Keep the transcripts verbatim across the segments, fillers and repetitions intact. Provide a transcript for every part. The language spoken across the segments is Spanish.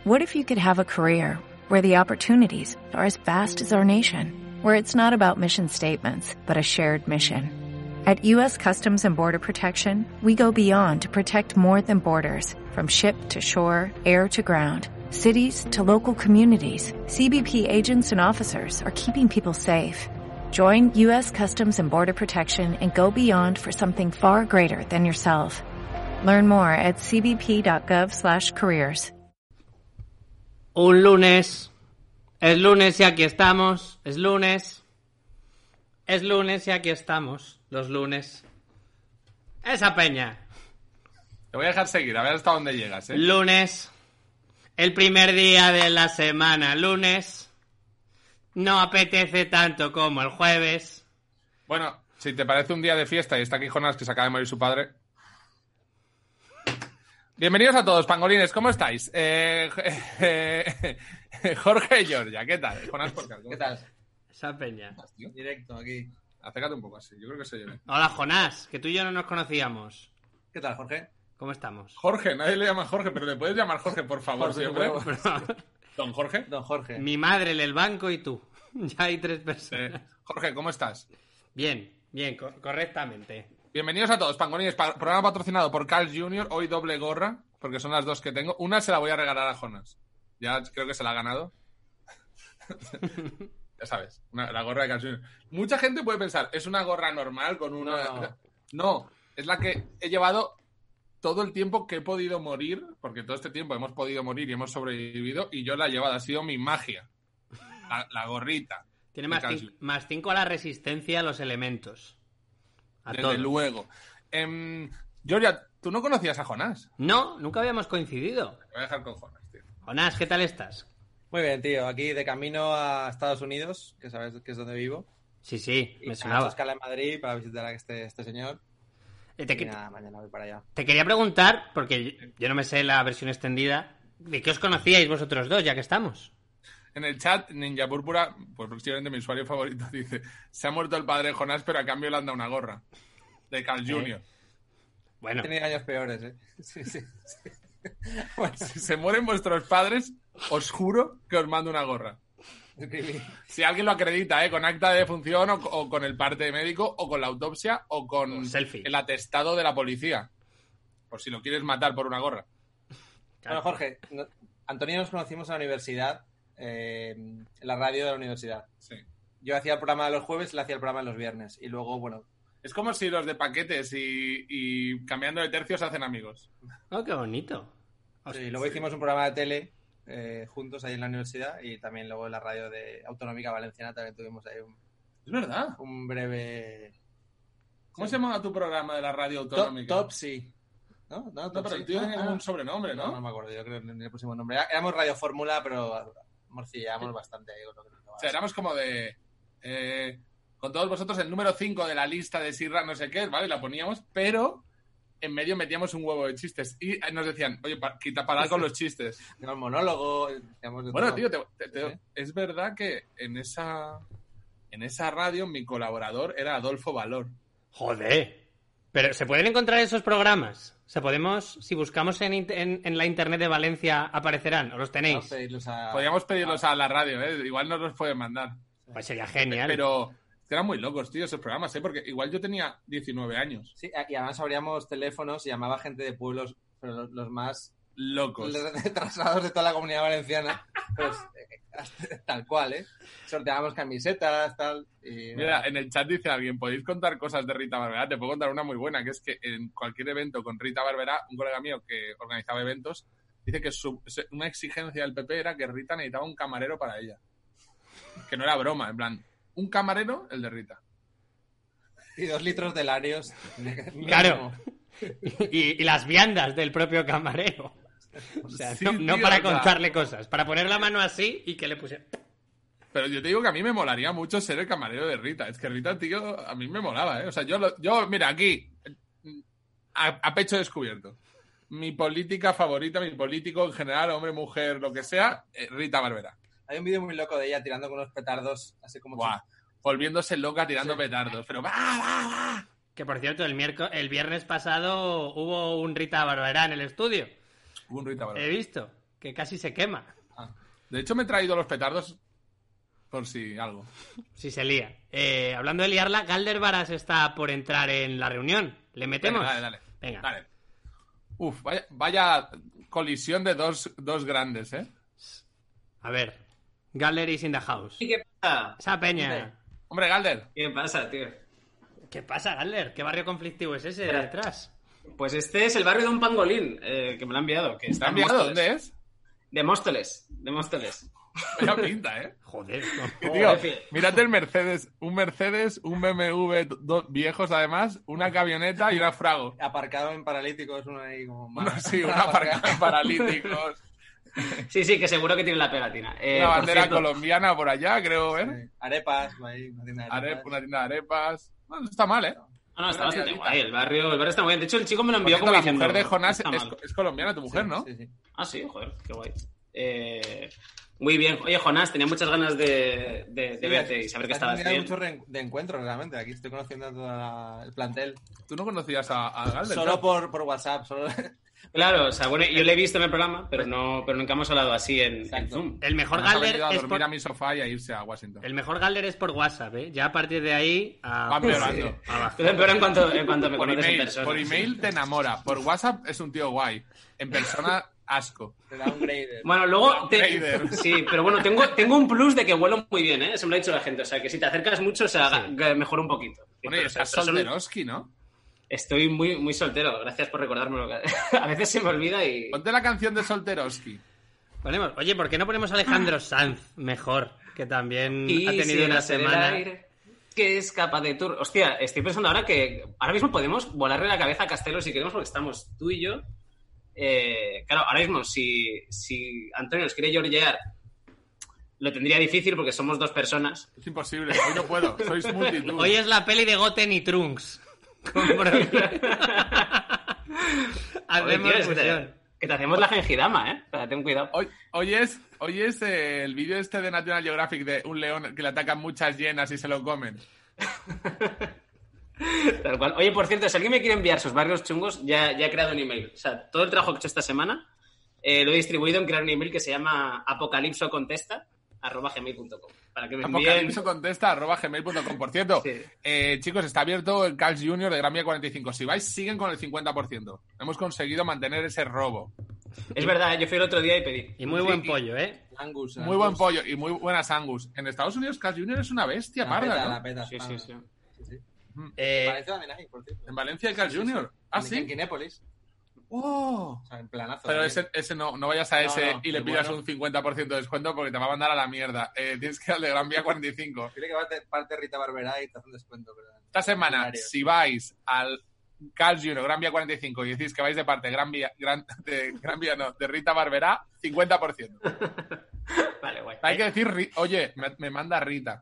What if you could have a career where the opportunities are as vast as our nation, where it's not about mission statements, but a shared mission? At U S Customs and Border Protection, we go beyond to protect more than borders. From ship to shore, air to ground, cities to local communities, C B P agents and officers are keeping people safe. Join U S Customs and Border Protection and go beyond for something far greater than yourself. Learn more at c b p dot gov slash careers. Un lunes. Es lunes y aquí estamos. Es lunes. Es lunes y aquí estamos. Los lunes. Esa peña. Te voy a dejar seguir, a ver hasta dónde llegas, ¿eh? Lunes. El primer día de la semana. Lunes. No apetece tanto como el jueves. Bueno, si te parece un día de fiesta y está aquí Jonás, que se acaba de morir su padre. Bienvenidos a todos, pangolines, ¿cómo estáis? Eh, eh, eh, Jorge y Georgia, ¿qué tal? Jonás Podcast, ¿qué tal? Esa peña. Directo aquí. Acércate un poco así, yo creo que se oye bien. Hola, Jonás, que tú y yo no nos conocíamos. ¿Qué tal, Jorge? ¿Cómo estamos? Jorge, nadie le llama Jorge, pero le puedes llamar Jorge, por favor, Jorge, siempre. por favor. ¿Don Jorge? Don Jorge. Mi madre, el del banco y tú. Ya hay tres personas. Eh, Jorge, ¿cómo estás? Bien, bien, co- correctamente. Bienvenidos a todos, pangolines. Pa- programa patrocinado por Carl junior Hoy doble gorra, porque son las dos que tengo. Una se la voy a regalar a Jonas. Ya creo que se la ha ganado. Ya sabes, una- la gorra de Carl junior Mucha gente puede pensar, es una gorra normal con una... No. No, es la que he llevado todo el tiempo que he podido morir, porque todo este tiempo hemos podido morir y hemos sobrevivido, y yo la he llevado. Ha sido mi magia. La, la gorrita. Tiene de más, Carl cin- junior más cinco a la resistencia a los elementos. A Desde todos. luego. Em, Georgia, ¿tú no conocías a Jonás? No, nunca habíamos coincidido. Te voy a dejar con Jonás, tío. Jonás, ¿qué tal estás? Muy bien, tío. Aquí de camino a Estados Unidos, que sabes que es donde vivo. Sí, sí, Y me he hecho sonaba. escala en Madrid para visitar a este, este señor. Eh, Te, Y que- nada, mañana voy para allá. te quería preguntar, porque yo no me sé la versión extendida, ¿de qué os conocíais vosotros dos, ya que estamos? En el chat, Ninja Púrpura, pues posiblemente mi usuario favorito, dice: se ha muerto el padre de Jonás, pero a cambio le han dado una gorra. De Carl junior Bueno, He tenido años peores, ¿eh? Sí, sí. sí. Bueno, Si se mueren vuestros padres, os juro que os mando una gorra. escribí. Si alguien lo acredita, ¿eh? Con acta de defunción o, o con el parte médico o con la autopsia o con O selfie. el atestado de la policía. Por si lo quieres matar por una gorra. Bueno, Jorge, no- Antonio nos conocimos en la universidad, eh, en la radio de la universidad. Sí. Yo hacía el programa de los jueves, él hacía el programa de los viernes. Y luego, bueno, Es como si los de paquetes y, y cambiando de tercio se hacen amigos. oh, qué bonito. sí, luego hicimos un programa de tele eh, juntos ahí en la universidad y también luego en la radio de Autonómica Valenciana también tuvimos ahí un, Es verdad. un breve... ¿Cómo Sí. se llama tu programa de la radio Top, autonómica? top sí. ¿No? ¿No? No, Top pero sí. el tío tiene Ah, un sobrenombre, no, ¿no? no me acuerdo, yo creo que le pusimos nombre. Era- Éramos Radio Fórmula, pero morcillábamos bastante ahí con lo que O sea, éramos como de... eh, con todos vosotros el número cinco de la lista de Sirra no sé qué, ¿vale? La poníamos, pero en medio metíamos un huevo de chistes. Y nos decían, oye, pa- quita parar con los chistes. Hacíamos monólogo, hacíamos de Bueno, todo. tío, te- te- te- Sí. es verdad que en esa, en esa radio mi colaborador era Adolfo Valor. Joder. Pero ¿se pueden encontrar esos programas? ¿Se podemos, si buscamos en, int- en, en la internet de Valencia, aparecerán? ¿O los tenéis? Vamos a pedirlos a- Podríamos pedirlos a la radio, ¿eh? Igual nos los pueden mandar. Pues sería genial. Pero eran muy locos, tío, esos programas, ¿eh? Porque igual yo tenía diecinueve años. Sí, y además abríamos teléfonos y llamaba gente de pueblos, pero los, los más Locos. retrasados de toda la comunidad valenciana. Pues eh, tal cual, ¿eh? Sorteábamos camisetas, tal. Y, Mira, en el chat dice alguien, ¿podéis contar cosas de Rita Barberá? Te puedo contar una muy buena, que es que en cualquier evento con Rita Barberá, un colega mío que organizaba eventos, dice que su- se- una exigencia del P P era que Rita necesitaba un camarero para ella. Que no era broma, en plan, un camarero, el de Rita. y dos litros de Larios. Claro. Y, y las viandas del propio camarero. O sea, Sí, no, no tío, para o sea- contarle cosas, para poner la mano así y que le pusiera... Pero yo te digo que a mí me molaría mucho ser el camarero de Rita. Es que Rita, tío, a mí me molaba, ¿eh? O sea, yo, lo- yo mira, aquí, a, a pecho descubierto. Mi política favorita, mi político en general, hombre, mujer, lo que sea, eh, Rita Barberá. Hay un vídeo muy loco de ella tirando con unos petardos, así como... Buah, volviéndose loca tirando Sí. petardos. Pero va, va, va. Que por cierto, el, miércoles, el viernes pasado hubo un Rita Barberá en el estudio. Un Rita Barberá. He visto. que casi se quema. Ah. De hecho, me he traído los petardos por si algo. Si se lía. Eh, hablando de liarla, Galder Varas está por entrar en la reunión. ¿Le metemos? Venga, dale, dale. Venga. Dale. Uf, vaya, vaya colisión de dos, dos grandes, ¿eh? A ver. Galder is in the house. ¿Y qué pasa? Esa peña. Hombre, Galder. ¿Qué pasa, tío? ¿Qué pasa, Galder? ¿Qué barrio conflictivo es ese de Espera. detrás? Pues este es el barrio de un pangolín, eh, que me lo ha enviado. Que ¿Te está ha en enviado? Móstoles. ¿Dónde es? De Móstoles. De Móstoles. Vaya pinta, ¿eh? Joder. Tío, Joder. mírate el Mercedes. Un Mercedes, un B M W, dos viejos además, una camioneta y una Frago. Aparcado en paralíticos, uno ahí como... Uno, sí, una aparcada de paralíticos. Sí, sí, que seguro que tiene la pegatina. Eh, Una por bandera cierto, colombiana por allá, creo, ¿eh? Sí. Arepas, ahí, una tienda de arepas. Arep- una tienda de arepas. No, no está mal, ¿eh? No, no, está Una bastante liadita. guay. El barrio, el barrio está muy bien. De hecho, el chico me lo Por envió cierto, como la diciendo... mujer de Jonás "No está es, mal". es colombiana, tu mujer, Sí, ¿no? Sí, sí. Ah, sí, joder, qué guay. Eh, muy bien. Oye, Jonás, tenía muchas ganas de, de, de Sí, verte y saber que está estabas teniendo bien. mucho re- de encuentros, realmente. Aquí estoy conociendo a todo el plantel. ¿Tú no conocías a, a Galder? Solo por, por WhatsApp, solo... Claro, o sea, bueno, yo lo he visto en el programa, pero no, pero nunca hemos hablado así en, en Exacto. Zoom. El mejor Nos ha Galder venido a es dormir por... a mi sofá y a irse a Washington. El mejor Galder es por WhatsApp, ¿eh? Ya a partir de ahí... A... Va empeorando. abajo. Pero empeora en cuanto, en cuanto me Por conoces en email, persona. por email te enamora. Por WhatsApp es un tío guay. En persona, asco. Te da un grader. Bueno, luego... te- Raider. Sí, pero bueno, tengo, tengo un plus de que huelo muy bien, ¿eh? Eso me lo ha dicho la gente. O sea, que si te acercas mucho, se haga, que mejora un poquito. Bueno, y Pero, estás pero son- solteroski, ¿no? Estoy muy, muy soltero. Gracias por recordármelo. A veces se me olvida y... Ponte la canción de Solteroski. Ponemos... Oye, ¿por qué no ponemos a Alejandro Sanz mejor? Que también ha tenido Quisiera una ser el semana... aire que es capaz de tour. Hostia, estoy pensando ahora que ahora mismo podemos volarle la cabeza a Castelo si queremos, porque estamos tú y yo. Eh, claro, ahora mismo, si, si Antonio nos quiere georgear, lo tendría difícil porque somos dos personas. Es imposible, hoy no puedo. Sois multitud. Hoy es la peli de Goten y Trunks. Compro- Joder, Hacemos tío, es que, te, fusión. que te hacemos la gengidama, ¿eh? Pero ten cuidado. Hoy, hoy es, hoy es eh, el vídeo este de National Geographic de un león que le atacan muchas hienas y se lo comen. Tal cual. Oye, por cierto, si alguien me quiere enviar sus barrios chungos, ya, ya he creado un email. O sea, todo el trabajo que he hecho esta semana eh, lo he distribuido en crear un email que se llama apocalipsocontesta arroba gmail punto com para que me envíen... Apocalipso contesta arroba gmail punto com. Por cierto, Sí. eh, chicos, está abierto el Carl's junior de Gran Vía cuarenta y cinco. Si vais, siguen con el cincuenta por ciento. Hemos conseguido mantener ese robo. Es verdad, yo fui el otro día y pedí. Y muy Sí, buen y- pollo, ¿eh? Angus. Muy buen pollo y muy buenas Angus. En Estados Unidos, Carl's junior es una bestia La parda, peta, ¿no? la peta. Sí, Ah, sí, sí. sí, sí. Eh, Valencia también hay, por cierto. En Valencia hay Carl's Sí, sí, junior. sí. Ah, En- sí. En Kinépolis. ¡Oh! O sea, en planazo. Pero también. ese, ese no, no vayas a No, ese no, y le el pidas bueno. un cincuenta por ciento de descuento porque te va a mandar a la mierda. Eh, tienes que ir al de Gran Vía cuarenta y cinco. Dile que parte, parte Rita Barberá y te hace un descuento. Pero... Esta semana, Millonarios. si vais al Carl's junior Gran Vía cuarenta y cinco y decís que vais de parte de Gran Vía, Gran, de Gran Vía no, de Rita Barberá, cincuenta por ciento. Vale, guay. Hay que decir, Ri- oye, me, me manda Rita.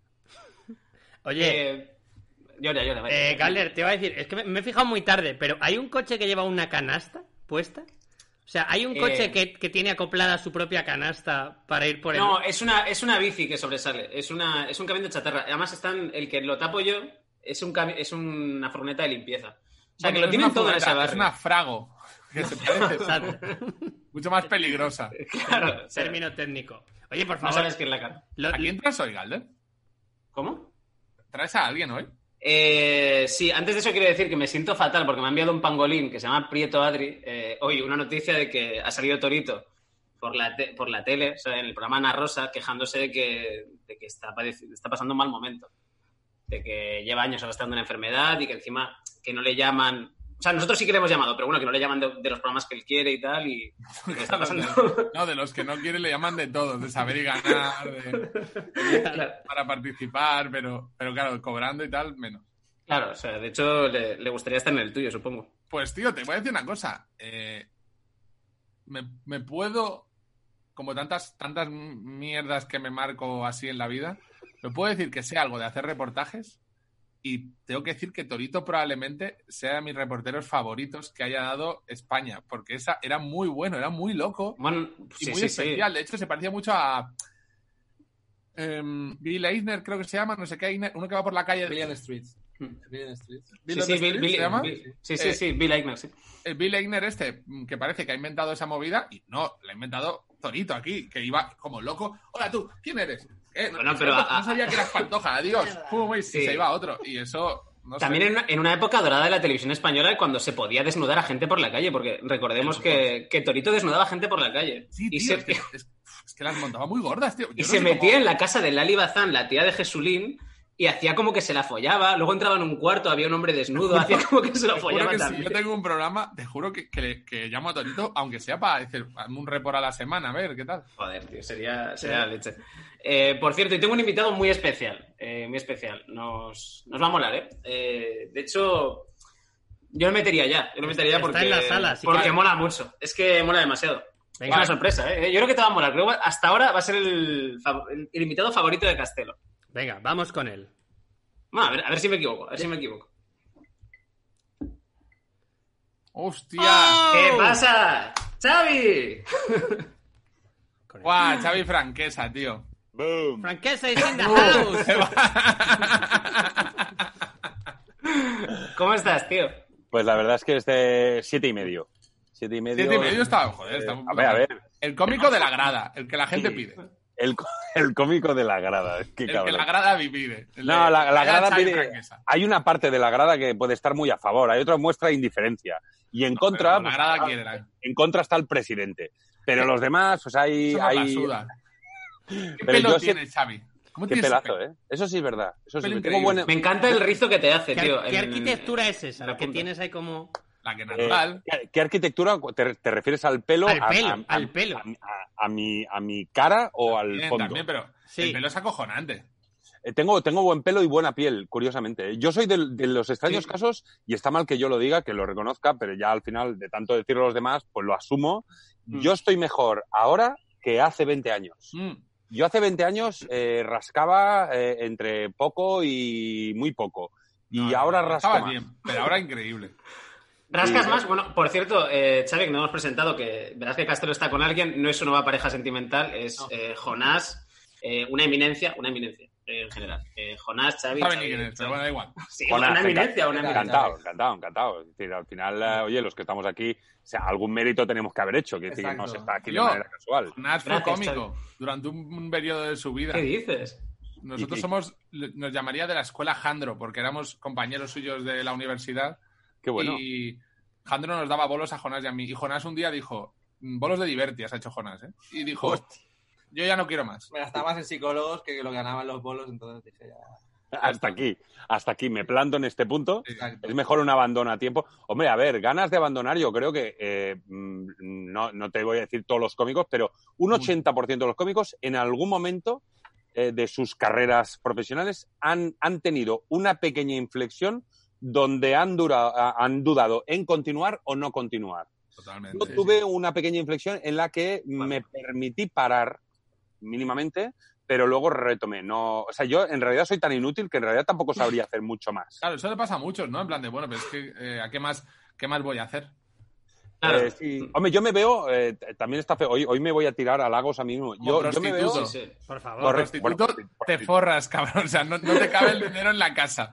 Oye, Eh, llora, llora. vaya. eh, Galder, te iba a decir, es que me, me he fijado muy tarde, pero ¿hay un coche que lleva una canasta puesta? O sea, ¿hay un Eh, coche que, que tiene acoplada su propia canasta para ir por el... No, es una, es una bici que sobresale. Es, una, es un camión de chatarra. Además, están, el que lo tapo yo es, un cami- es una furgoneta de limpieza. O sea, Bueno, que lo es tienen una todo en furgoneta, ese barrio. Es una frago. Que se parece. Exacto. Mucho más peligrosa. Claro, o sea, Término técnico. Oye, por no favor. sabes quién la cara. lo- ¿A quién traes hoy, Galder? ¿Cómo? ¿Traes a alguien hoy? Eh, sí, antes de eso quiero decir que me siento fatal porque me ha enviado un pangolín que se llama Prieto Adri. Eh, hoy una noticia de que ha salido Torito por la, te- por la tele, o sea, en el programa Ana Rosa, quejándose de que, de que está, padeci- está pasando un mal momento. De que lleva años arrastrando una enfermedad y que encima que no le llaman... O sea, nosotros sí que le hemos llamado, pero bueno, que no le llaman de, de los programas que él quiere y tal, y, y que está pasando... No, de los que no quieren le llaman de todos, de saber y ganar, de- Claro. para participar, pero, pero claro, cobrando y tal, menos. Claro, o sea, de hecho le, le gustaría estar en el tuyo, supongo. Pues tío, te voy a decir una cosa. Eh, me, me puedo, como tantas, tantas mierdas que me marco así en la vida, me puedo decir que sé algo de hacer reportajes y tengo que decir que Torito probablemente sea de mis reporteros favoritos que haya dado España, porque esa era muy bueno, era muy loco. Bueno, Y sí, muy sí, sí. especial. De hecho, se parecía mucho a em, Bill Eisner, creo que se llama, no sé qué, Eisner, uno que va por la calle. Billion Streets. Bill Street. Bill Sí, sí, Street, Bill, Bill- ¿se llama? Bill- sí, sí, Eh, sí, Bill Eichner, sí. El Bill Eichner este, que parece que ha inventado esa movida, y no, la ha inventado Torito aquí, que iba como loco. Hola tú, ¿quién eres? ¿Qué? Bueno, no, pero no, a- no sabía que eras Pantoja, adiós. Pum, y Sí. se iba a otro. Y eso, no También sé. en una, en una época dorada de la televisión española cuando se podía desnudar a gente por la calle, porque recordemos que, que Torito desnudaba a gente por la calle. Sí, y tío, se, es, que, es, es que las montaba muy gordas, tío. Yo y no se sé metía cómo- en la casa de Lali Bazán, la tía de Jesulín, y hacía como que se la follaba. Luego entraba en un cuarto, había un hombre desnudo, hacía como que se lo Te juro follaba que si también. yo tengo un programa, te juro que, que, que llamo a Torito, aunque sea para decir, hazme un report a la semana, a ver, ¿qué tal? Joder, tío, sería, sería la leche. Eh, por cierto, y tengo un invitado muy especial. eh, muy especial. Nos, nos va a molar, ¿eh? Eh, De hecho, yo lo metería ya. Yo lo metería ya Está porque, en la sala, así porque que- mola mucho. Es que mola demasiado. Venga. Es una sorpresa, ¿eh? Yo creo que te va a molar. Creo que hasta ahora va a ser el, fav- el- el invitado favorito de Castelo. Venga, vamos con él. Bueno, a ver, a ver si me equivoco. A ver si me equivoco. ¡Hostia! ¡Oh! ¿Qué pasa? ¡Xavi! Con él. ¡Guau! Xavi Franquesa, tío. ¡Boom! Franquesa is in the house. ¿Cómo estás, tío? Pues la verdad es que es de siete y medio. Siete y medio. Siete y medio está, joder, está Eh, muy a ver, a ver. El cómico de la grada, el que la gente Sí. pide. El, co- el cómico de la grada. Qué El cabrón. que la grada pide. El No, de- la, la Vaya grada Xavi pide. Franquesa. Hay una parte de la grada que puede estar muy a favor, hay otra muestra indiferencia. Y en No, contra, pero la pues, grada quiere la- en contra está el presidente. Pero los demás, pues hay. Eso no la hay suda. ¿Qué Pero pelo yo sí- tiene Xavi? ¿Cómo Qué tiene ese pelazo, pelo? ¿eh? Eso sí es verdad. Eso sí, Pelo tengo increíble. buena- Me encanta el rizo que te hace, ¿Qué, tío. ar- en- qué arquitectura es esa? en la La que punta. tienes ahí como... La que Eh, natural. ¿qué, qué arquitectura te, te refieres al pelo? Al a- pelo, a- a- al pelo. A, a- a mi, a mi cara o al También, fondo. también, pero Sí. el pelo es acojonante. Eh, Tengo, tengo buen pelo y buena piel, curiosamente. ¿eh? Yo soy de, de los extraños Sí. casos, y está mal que yo lo diga, que lo reconozca, pero ya al final, de tanto decirlo a los demás, pues lo asumo. Mm. Yo estoy mejor ahora que hace veinte años. Mm. Yo hace veinte años eh, rascaba eh, entre poco y muy poco. Y No, ahora no, rasco estaba más. bien, pero ahora increíble. ¿Rascas Sí. más? Bueno, por cierto, eh, Xavi, que no hemos presentado, que verás que Castelo está con alguien, no es su nueva pareja sentimental, es No. eh, Jonás, eh, una eminencia, una eminencia eh, en general. Eh, Jonás, Xavi... No sabe Xavi, ni quién es, pero Xavi. bueno, da igual. Sí, Jonás, una enca- eminencia, una eminencia. Encantado, encantado, encantado. Es decir, al final, eh, oye, los que estamos aquí, o sea, algún mérito tenemos que haber hecho, que, decir, que no Exacto. se está aquí de Yo- manera casual. Jonás fue Gracias, cómico durante un, un periodo de su vida. ¿Qué dices? Nosotros Y- y- somos, nos llamaría de la escuela Jandro, porque éramos compañeros suyos de la universidad. Qué bueno. Y Jandro nos daba bolos a Jonás y a mí. Y Jonás un día dijo, bolos de Divertias ha hecho Jonás, ¿eh? Y dijo, yo ya no quiero más. Me gastaba más en psicólogos que lo que ganaban los bolos, entonces dije ya. Hasta aquí, hasta aquí. Me planto en este punto. Exacto. Es mejor un abandono a tiempo. Hombre, a ver, ganas de abandonar, yo creo que, eh, mm, no, no te voy a decir todos los cómicos, pero un ochenta por ciento de los cómicos en algún momento eh, de sus carreras profesionales han, han tenido una pequeña inflexión donde han, dura- han dudado en continuar o no continuar. Totalmente. Yo tuve una pequeña inflexión en la que me permití parar mínimamente, pero luego retomé. No, o sea, yo en realidad soy tan inútil que en realidad tampoco sabría hacer mucho más. Claro, eso le pasa a muchos, ¿no? En plan de, bueno, pero es que, eh, ¿a qué más, qué más voy a hacer? Claro. Eh, sí. Hombre, yo me veo, eh, t- también está feo. Hoy, hoy me voy a tirar halagos a mí mismo. Como Yo, yo me veo. prostituto. Sí, sí. Por favor. Correcto. Prostituto, bueno, te forras, cabrón. O sea, no, no te cabe el dinero en la casa.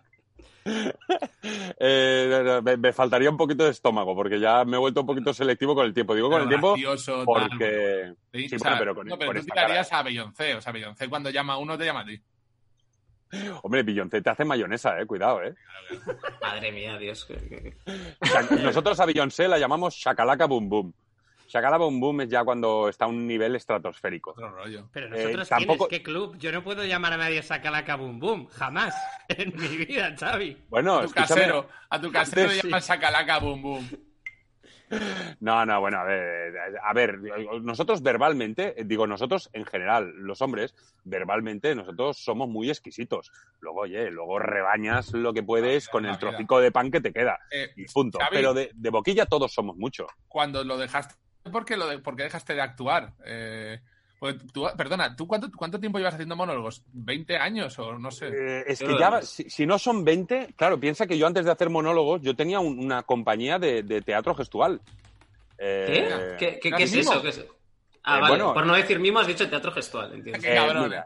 Eh, me, me faltaría un poquito de estómago, porque ya me he vuelto un poquito selectivo con el tiempo. Digo con el Pero tiempo gracioso, tal, porque. Sí, Sí, o sea, bueno, pero con- no, pero con tú esta tirarías a Beyoncé. O sea, Beyoncé cuando llama a uno te llama a ti. Hombre, Beyoncé te hace mayonesa, eh. Cuidado, eh. Madre mía, Dios. que- que- que- O sea, nosotros a Beyoncé la llamamos shakalaka boom boom. Shakalaka boom boom es ya cuando está a un nivel estratosférico. Otro rollo. Pero Eh, nosotros, tampoco- ¿quiénes? ¿Qué club? Yo no puedo llamar a nadie Sacalaca Boom Boom. Jamás. En mi vida, Xavi. Bueno, A tu escúchame. casero, a tu casero le Sí. llaman sacalaca, boom, boom. No, no, bueno, a ver, a ver, nosotros verbalmente, digo nosotros en general, los hombres, verbalmente nosotros somos muy exquisitos. Luego, oye, luego rebañas lo que puedes La vida, con la el vida. trocico de pan que te queda. Eh, Y punto. Xavi. Pero de, de boquilla todos somos mucho. Cuando lo dejaste, ¿por qué, lo de, por qué dejaste de actuar? Eh, porque tú- perdona, ¿tú cuánto, cuánto tiempo llevas haciendo monólogos? ¿veinte años o no sé? Eh, es Yo que lo ya, demás. si, si no son veinte, claro, piensa que yo antes de hacer monólogos, yo tenía un- una compañía de, de teatro gestual. Eh, ¿Qué? ¿Qué, qué- qué es Casi eso? mismo. ¿Qué es? Ah, Eh, vale. bueno, Por no decir mimo, has dicho teatro gestual, entiendo. Qué cabrón, mira,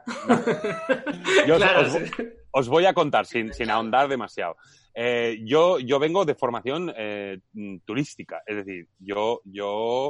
yo os, Claro, os- sí. os voy a contar sin, sin ahondar demasiado. Eh, yo, yo vengo de formación eh, mm, turística, es decir, yo, yo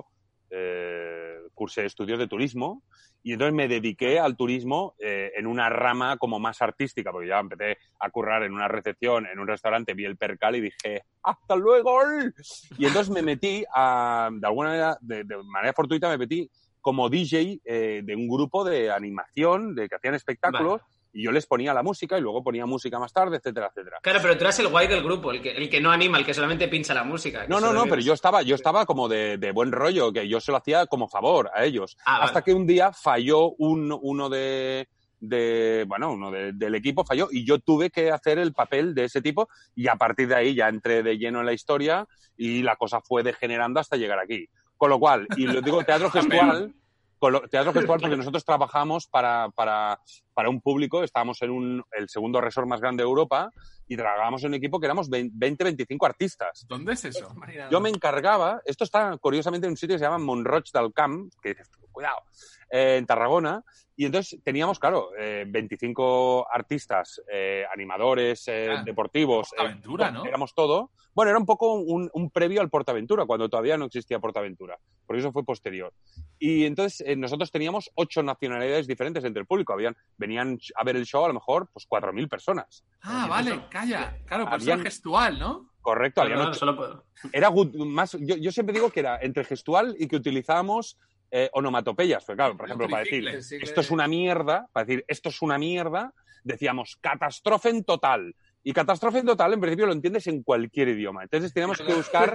eh, cursé estudios de turismo y entonces me dediqué al turismo eh, en una rama como más artística, porque ya empecé a currar en una recepción, en un restaurante, vi el percal y dije, ¡hasta luego! Y entonces me metí, a, de alguna manera, de, de manera fortuita, me metí como D J eh, de un grupo de animación, de que hacían espectáculos, Vale. y yo les ponía la música y luego ponía música más tarde, etcétera, etcétera. Claro, pero tú eras el guay del grupo, el que, el que no anima, el que solamente pincha la música. que No, no, solo no, eres- pero yo estaba, yo estaba como de, de buen rollo, que yo se lo hacía como favor a ellos. Ah, vale. Hasta que un día falló un, uno de, de, bueno, uno de- del equipo falló y yo tuve que hacer el papel de ese tipo y a partir de ahí ya entré de lleno en la historia y la cosa fue degenerando hasta llegar aquí. Con lo cual, y lo digo teatro gestual, con lo- teatro gestual porque nosotros trabajamos para, para, para un público, estábamos en un, el segundo resort más grande de Europa y trabajábamos en un equipo que éramos veinte, veinticinco artistas. ¿Dónde es eso? Yo me encargaba, esto está curiosamente en un sitio que se llama Montroig del Camp, que dices, cuidado, eh, en Tarragona, y entonces teníamos, claro, eh, veinticinco artistas, eh, animadores eh, Ah, deportivos, Portaventura, eh, ¿no? éramos todo. Bueno, era un poco un, un previo al Portaventura, cuando todavía no existía Portaventura, porque eso fue posterior. Y entonces eh, nosotros teníamos ocho nacionalidades diferentes entre el público. Habían, venían a ver el show a lo mejor pues cuatro mil personas. Ah, vale, calla. Claro, por eso Habían- es gestual, ¿no? Correcto, Claro, habían claro, ocho- solo puedo. era good- más, yo, yo siempre digo que era entre gestual y que utilizábamos eh, onomatopeyas. Pues claro, por ejemplo, para decir Tricicle. esto es una mierda, para decir esto es una mierda, decíamos catástrofe en total. Y catástrofe en total, en principio, lo entiendes en cualquier idioma. Entonces teníamos que buscar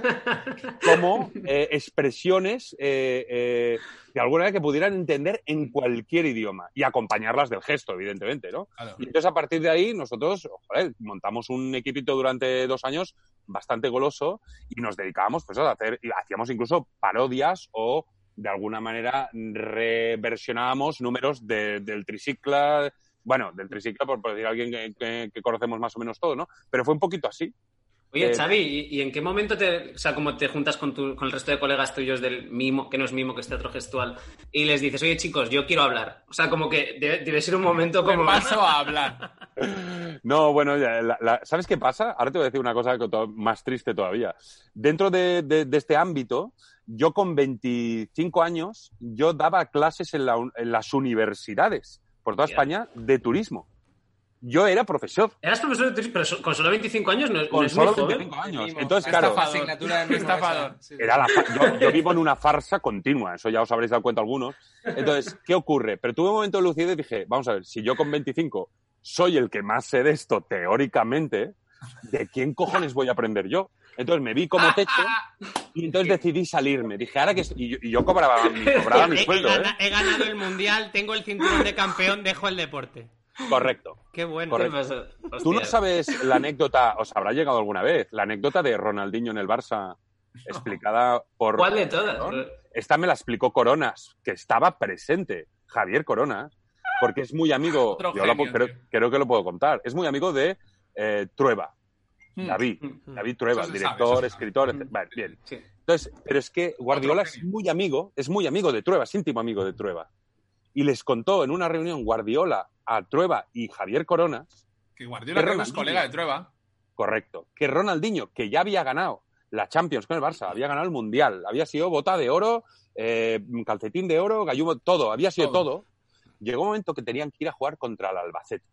como eh, expresiones eh, eh, de alguna manera que pudieran entender en cualquier idioma y acompañarlas del gesto, evidentemente, ¿no? Claro. Y entonces a partir de ahí nosotros, joder, montamos un equipito durante dos años bastante goloso y nos dedicábamos pues a hacer, y hacíamos incluso parodias o de alguna manera reversionábamos números de- del tricicla, bueno, del tricicla por, por decir a alguien que, que- que conocemos más o menos todo, ¿no? Pero fue un poquito así. Oye, Eh, Xavi, ¿y, y en qué momento te, o sea, como te juntas con, tu, con el resto de colegas tuyos del mimo, que no es mimo, que es teatro gestual, y les dices, oye, chicos, yo quiero hablar? O sea, como que debe, debe ser un momento Me como... paso a hablar. No, bueno, ya, la- la- ¿sabes qué pasa? Ahora te voy a decir una cosa que to- más triste todavía. Dentro de, de- de este ámbito, yo con veinticinco años, yo daba clases en, la un- en las universidades por toda Hostia. España de turismo. Yo era profesor. Eras profesor de turismo, pero so- con solo veinticinco años no, es- no Con es muy solo joven. veinticinco años. Mimo. Entonces, Qué claro, estafador. Asignatura de Qué mismo estafador. esa. Sí, sí. era la fa- yo, yo vivo en una farsa continua, eso ya os habréis dado cuenta algunos. Entonces, ¿qué ocurre? Pero tuve un momento de lucidez y dije, vamos a ver, si yo con veinticinco soy el que más sé de esto teóricamente, ¿de quién cojones voy a aprender yo? Entonces me vi como techo y entonces decidí salirme. Dije, ahora que... est- Y yo, y yo cobraba, mi- cobraba mi He, he sueldo, ¿eh? gana- he ganado el mundial, tengo el cinturón de campeón, dejo el deporte. Correcto. Qué bueno. ¿Qué Correcto. pasa? Tú no Hostia. sabes la anécdota, os habrá llegado alguna vez, la anécdota de Ronaldinho en el Barça, explicada por... ¿Cuál de todas? Esta me la explicó Coronas, que estaba presente, Javier Coronas, porque es muy amigo, Otro yo lo genio, puedo- creo, tío. creo que lo puedo contar, es muy amigo de eh, Trueba, Hmm. David, David Trueba, Eso se sabe, director, eso se sabe. escritor, etcétera. Vale, bien. Sí. Entonces, pero es que Guardiola Otro es genio. muy amigo, es muy amigo de Trueba, es íntimo amigo de Trueba. Y les contó en una reunión Guardiola a Trueba y Javier Coronas, Que Guardiola Qué creo que es Ronaldinho. colega de Trueba. correcto, que Ronaldinho, que ya había ganado la Champions con el Barça, había ganado el Mundial, había sido bota de oro, eh, calcetín de oro, gallumo, todo, había sido Todo. todo. Llegó un momento que tenían que ir a jugar contra el Albacete.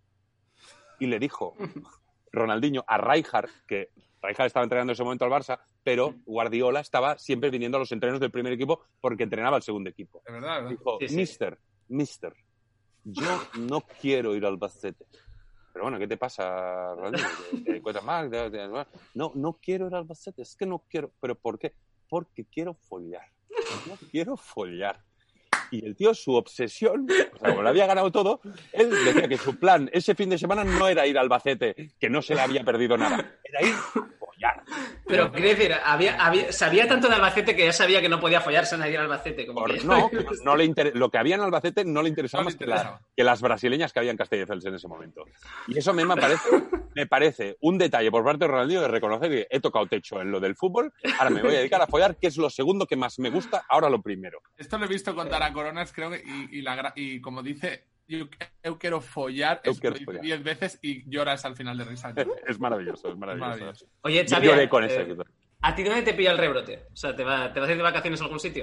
Y le dijo Ronaldinho a Rijkaard, que Rijkaard estaba entrenando en ese momento al Barça, pero Guardiola estaba siempre viniendo a los entrenos del primer equipo porque entrenaba al segundo equipo. De verdad, ¿verdad? Dijo, Sí, sí. mister, mister, yo no quiero ir al Albacete. Pero bueno, ¿qué te pasa, Ronaldinho? ¿Te, te cuentas mal? ¿Te- te- No, no quiero ir al Albacete, es que no quiero. ¿Pero por qué? Porque quiero follar. No quiero follar. Y el tío, su obsesión, o sea, como le había ganado todo, él decía que su plan ese fin de semana no era ir al Albacete, que no se le había perdido nada, era ir a follar. Pero, quiero decir, había, había, sabía tanto de Albacete que ya sabía que no podía follarse a nadie en Albacete. Como Por- que- no, que no le inter- lo que había en Albacete no le interesaba No le más que, la- interesaba. que las brasileñas que había en Castelldefels en ese momento. Y eso a mí me parece me parece un detalle por parte de Ronaldinho de reconocer que he tocado techo en lo del fútbol, ahora me voy a dedicar a follar, que es lo segundo que más me gusta, ahora lo primero. Esto lo he visto contar a Coronas, creo que, y, y, la, y como dice, yo, yo quiero follar, Eu es quiero lo dice follar. diez veces y lloras al final de risa. Es maravilloso, es maravilloso. Maravilloso. Oye, Yo Xavi, lloré con eh, ese. ¿a ti dónde te pilla el rebrote? O sea, ¿te, va, ¿te vas a ir de vacaciones a algún sitio?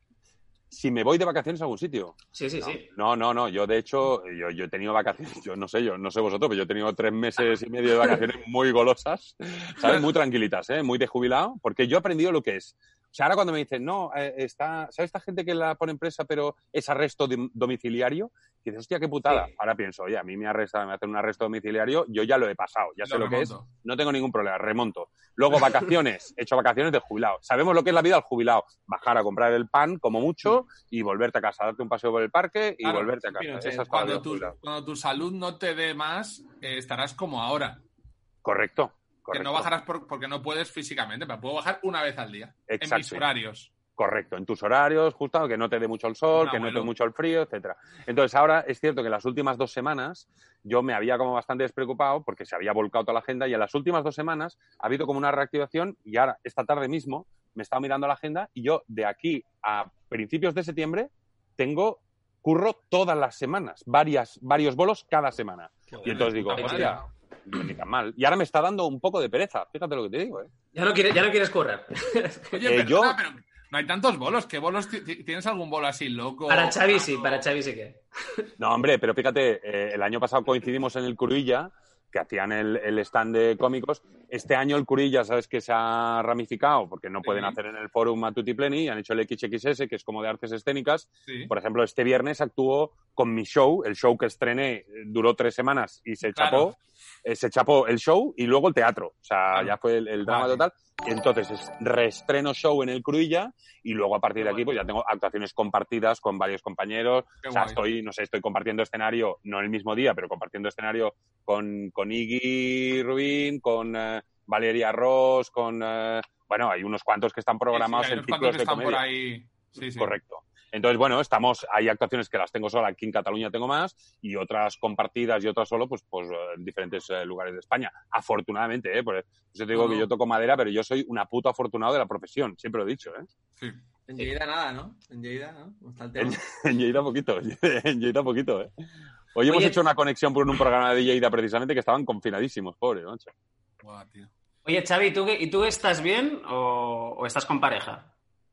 Si me voy de vacaciones a algún sitio. Sí, sí, sí. No, no, no. Yo, de hecho, yo, yo he tenido vacaciones, yo no sé, yo no sé vosotros, pero yo he tenido tres meses y medio de vacaciones muy golosas, ¿sabes? Muy tranquilitas, ¿eh? Muy de jubilado, porque yo he aprendido lo que es. O sea, ahora cuando me dicen, no, eh, está, ¿sabes esta gente que la pone en presa pero es arresto de- domiciliario? Y dices, hostia, qué putada. Sí. Ahora pienso, oye, a mí me arrestan, me hacen un arresto domiciliario, yo ya lo he pasado, ya Lo sé lo que es, remonto. no tengo ningún problema, remonto. Luego vacaciones, he hecho vacaciones de jubilado. Sabemos lo que es la vida del jubilado. Bajar a comprar el pan, como mucho, y volverte a casa, darte un paseo por el parque y Claro, volverte a sí, casa. Pinochet. Esa es la vida Cuando del tu, jubilado. cuando tu salud no te dé más, eh, estarás como ahora. Correcto, Que correcto. no bajarás por- porque no puedes físicamente, pero puedo bajar una vez al día. En Exacto. mis horarios. Correcto, en tus horarios, justo, que no te dé mucho el sol, Un que no te abuelo. dé mucho el frío, etcétera. Entonces, ahora es cierto que en las últimas dos semanas yo me había como bastante despreocupado porque se había volcado toda la agenda y en las últimas dos semanas ha habido como una reactivación y ahora, esta tarde mismo, me he estado mirando la agenda y yo de aquí a principios de septiembre tengo curro todas las semanas, varias, varios bolos cada semana. Y entonces digo, puta hostia, no ni tan mal. Y ahora me está dando un poco de pereza, fíjate lo que te digo, ¿eh? Ya no quieres, ya no quieres currar. Oye, Eh, perdona, yo- pero no hay tantos bolos. ¿Qué bolos ti- ti- tienes algún bolo así loco? Para Xavi sí, raro? para Xavi sí que. No, hombre, pero fíjate, eh, el año pasado coincidimos en el Cruïlla, que hacían el, el stand de cómicos. Este año el Cruïlla, sabes que se ha ramificado, porque no Sí. pueden hacer en el Fórum a Tutti Pleni, y han hecho el X X S, que es como de artes escénicas. Sí. Por ejemplo, este viernes actuó con mi show, el show que estrené eh, duró tres semanas y se Claro. chapó, eh, se chapó el show y luego el teatro. O sea, Claro. ya fue el, el drama Vale. total. Entonces, es reestreno show en el Cruïlla y luego a partir de Qué aquí pues ya tengo actuaciones compartidas con varios compañeros. Qué O sea, guay. estoy, no sé, estoy compartiendo escenario, no el mismo día, pero compartiendo escenario con, con Iggy Rubín, con eh, Valeria Ross, con... eh, bueno, hay unos cuantos que están programados Sí, sí, hay en unos cuantos ciclos que de están comedia. por ahí. Sí, sí. Correcto. Entonces, bueno, estamos, hay actuaciones que las tengo sola, aquí en Cataluña tengo más, y otras compartidas y otras solo, pues, pues en diferentes eh, lugares de España. Afortunadamente, ¿eh? Por eso te digo No, que no. yo toco madera, pero yo soy una puta afortunado de la profesión, siempre lo he dicho, ¿eh? Sí. En Lleida nada, ¿no? En Lleida, ¿no? ¿Cómo está el En, tema? en Lleida poquito, en Lleida poquito, ¿eh? Hoy hemos Oye- hecho una conexión por un programa de Lleida precisamente que estaban confinadísimos, pobre, macho. Buah, tío. Oye, Xavi, ¿y tú, qué- ¿y tú estás bien o, o estás con pareja?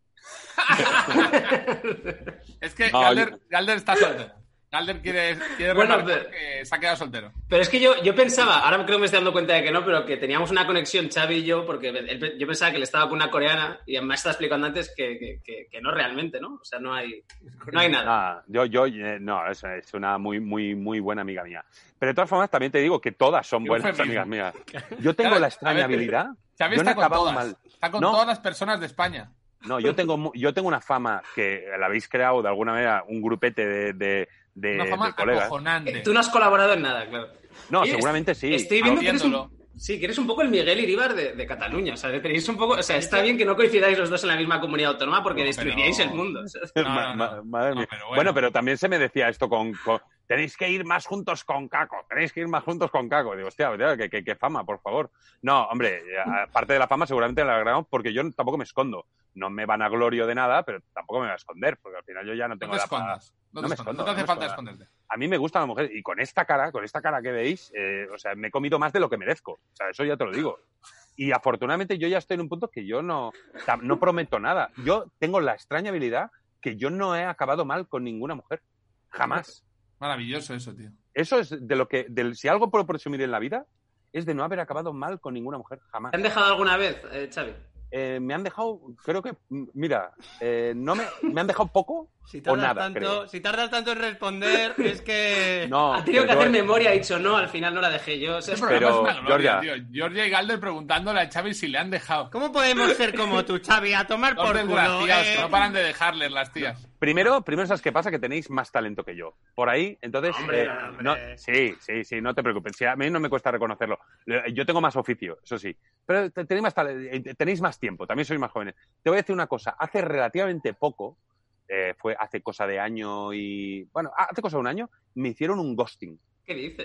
Es que No, Galder, yo- Galder está soltero. Galder quiere, quiere Bueno, remarcar pero- que se ha quedado soltero. Pero es que yo, yo pensaba, ahora creo que me estoy dando cuenta de que no, pero que teníamos una conexión, Xavi y yo, porque él- yo pensaba que él estaba con una coreana y además estaba explicando antes que, que, que- que no realmente, ¿no? O sea, no hay, no hay nada. Ah, yo, yo, eh, no, es, es una muy, muy, muy buena amiga mía. Pero de todas formas, también te digo que todas son Qué buenas eufemismo. amigas mías. Yo tengo Claro, la a extraña ver, habilidad. Xavi Yo no he está con acabado todas. mal. Está con No. todas las personas de España. No, yo tengo, mu- yo tengo una fama que la habéis creado de alguna manera, un grupete de, de, de, Una fama de colegas. acojonante. Eh, Tú no has colaborado en nada, claro. No, Oye, seguramente sí. Estoy viendo que eres un, Viéndolo. sí, que eres un poco el Miguel Iríbar de, de Cataluña. O sea, tenéis un poco, o sea, está bien que no coincidáis los dos en la misma comunidad autónoma porque No, destruiríais pero- el mundo. O sea, No, Ma- no, ma- no. madre No, mía. pero bueno. bueno. pero también se me decía esto con, con- tenéis que ir más juntos con Caco, tenéis que ir más juntos con Caco. Digo, hostia, hostia, que, que- que fama, por favor. No, hombre, aparte de la fama seguramente la agregamos porque yo tampoco me escondo. No me van a glorio de nada, pero tampoco me voy a esconder, porque al final yo ya no No tengo te la escondas. No, No te me escondas. escondo, No te hace no me falta escondo. esconderte. A mí me gusta la mujer y con esta cara, con esta cara que veis, eh, o sea, me he comido más de lo que merezco. O sea, eso ya te lo digo. Y afortunadamente yo ya estoy en un punto que yo no, tam- no prometo nada. Yo tengo la extraña habilidad que yo no he acabado mal con ninguna mujer. Jamás. Maravilloso eso, tío. Eso es de lo que, del, si algo puedo presumir en la vida, es de no haber acabado mal con ninguna mujer. Jamás. ¿Te han dejado alguna vez, eh, Xavi? Eh, me han dejado, creo que, m- mira, eh, no me, me han dejado poco Si o tardas, nada, tanto, creo. si tardas tanto en responder, es que... No, Ha tenido que pero hacer yo- memoria, ha dicho no, al final no la dejé yo. O sea, Este Pero, programa es una gloria, Georgia. tío. Georgia y Galder preguntándole a Xavi si le han dejado. ¿Cómo podemos ser como tú, Xavi? A tomar Dos por culo. desgraciados eh. que no paran de dejarles las tías. Primero, primero, ¿sabes qué pasa? Que tenéis más talento que yo. Por ahí, entonces... Hombre, eh, hombre. no- sí, sí, sí, no te preocupes. Sí, a mí no me cuesta reconocerlo. Le- Yo tengo más oficio, eso sí. Pero te- tenéis más, tale- eh, tenéis más tiempo, también sois más jóvenes. Te voy a decir una cosa. Hace relativamente poco, eh, fue hace cosa de año y... Bueno, hace cosa de un año, me hicieron un ghosting. ¿Qué dices?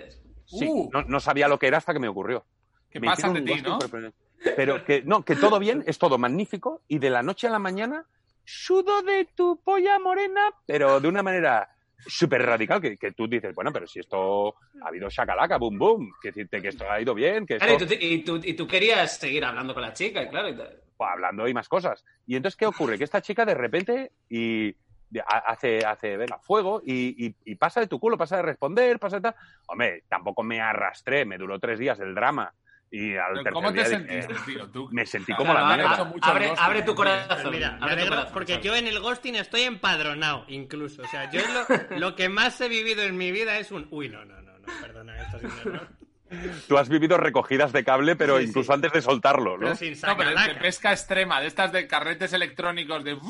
Sí, Uh. no, no sabía lo que era hasta que me ocurrió. ¿Qué Me pasa hicieron de un ti, ghosting no? sorprendente. Pero que, no, que todo bien, es todo magnífico, y de la noche a la mañana, sudo de tu polla morena, pero de una manera súper radical, que, que tú dices, bueno, pero si esto ha habido shakalaka, boom, boom, que decirte que esto ha ido bien, que esto... Claro, y, tú, y, tú, y tú querías seguir hablando con la chica, y claro. Y tal. Pues, hablando y más cosas. Y entonces, ¿qué ocurre? Que esta chica de repente y hace, hace venga, fuego y, y, y pasa de tu culo, pasa de responder, pasa de tal. Hombre, tampoco me arrastré, me duró tres días el drama. Y al Pero tercer ¿Cómo te día sentiste, dije, tío? Tú, me sentí claro, como la has mierda. hecho mucho Abre, ghosting, abre tu tío. corazón. Pues mira, me abre tu alegro corazón, porque ¿sabes? yo en el ghosting estoy empadronado, incluso. O sea, yo lo, lo que más he vivido en mi vida es un... Uy, no, no, no, no, perdona, esto es un error. Tú has vivido recogidas de cable, pero Sí, sí. incluso antes de soltarlo, ¿no? Pero sin No, pero es de sacalaca. pesca extrema, de estas de carretes electrónicos, de...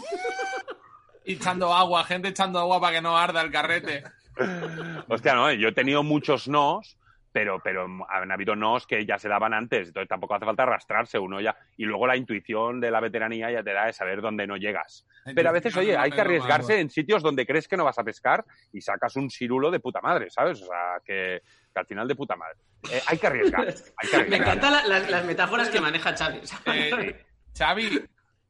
echando agua, gente echando agua para que no arda el carrete. Hostia, no, yo he tenido muchos nos, pero, pero han habido nos que ya se daban antes, entonces tampoco hace falta arrastrarse uno ya. Y luego la intuición de la veteranía ya te da de saber dónde no llegas. Pero a veces, oye, hay que arriesgarse en sitios donde crees que no vas a pescar y sacas un cirulo de puta madre, ¿sabes? O sea, que, que al final de puta madre. Eh, hay que arriesgar. Hay que arriesgar. Me encantan la- la- las metáforas que maneja Xavi. Eh, Xavi,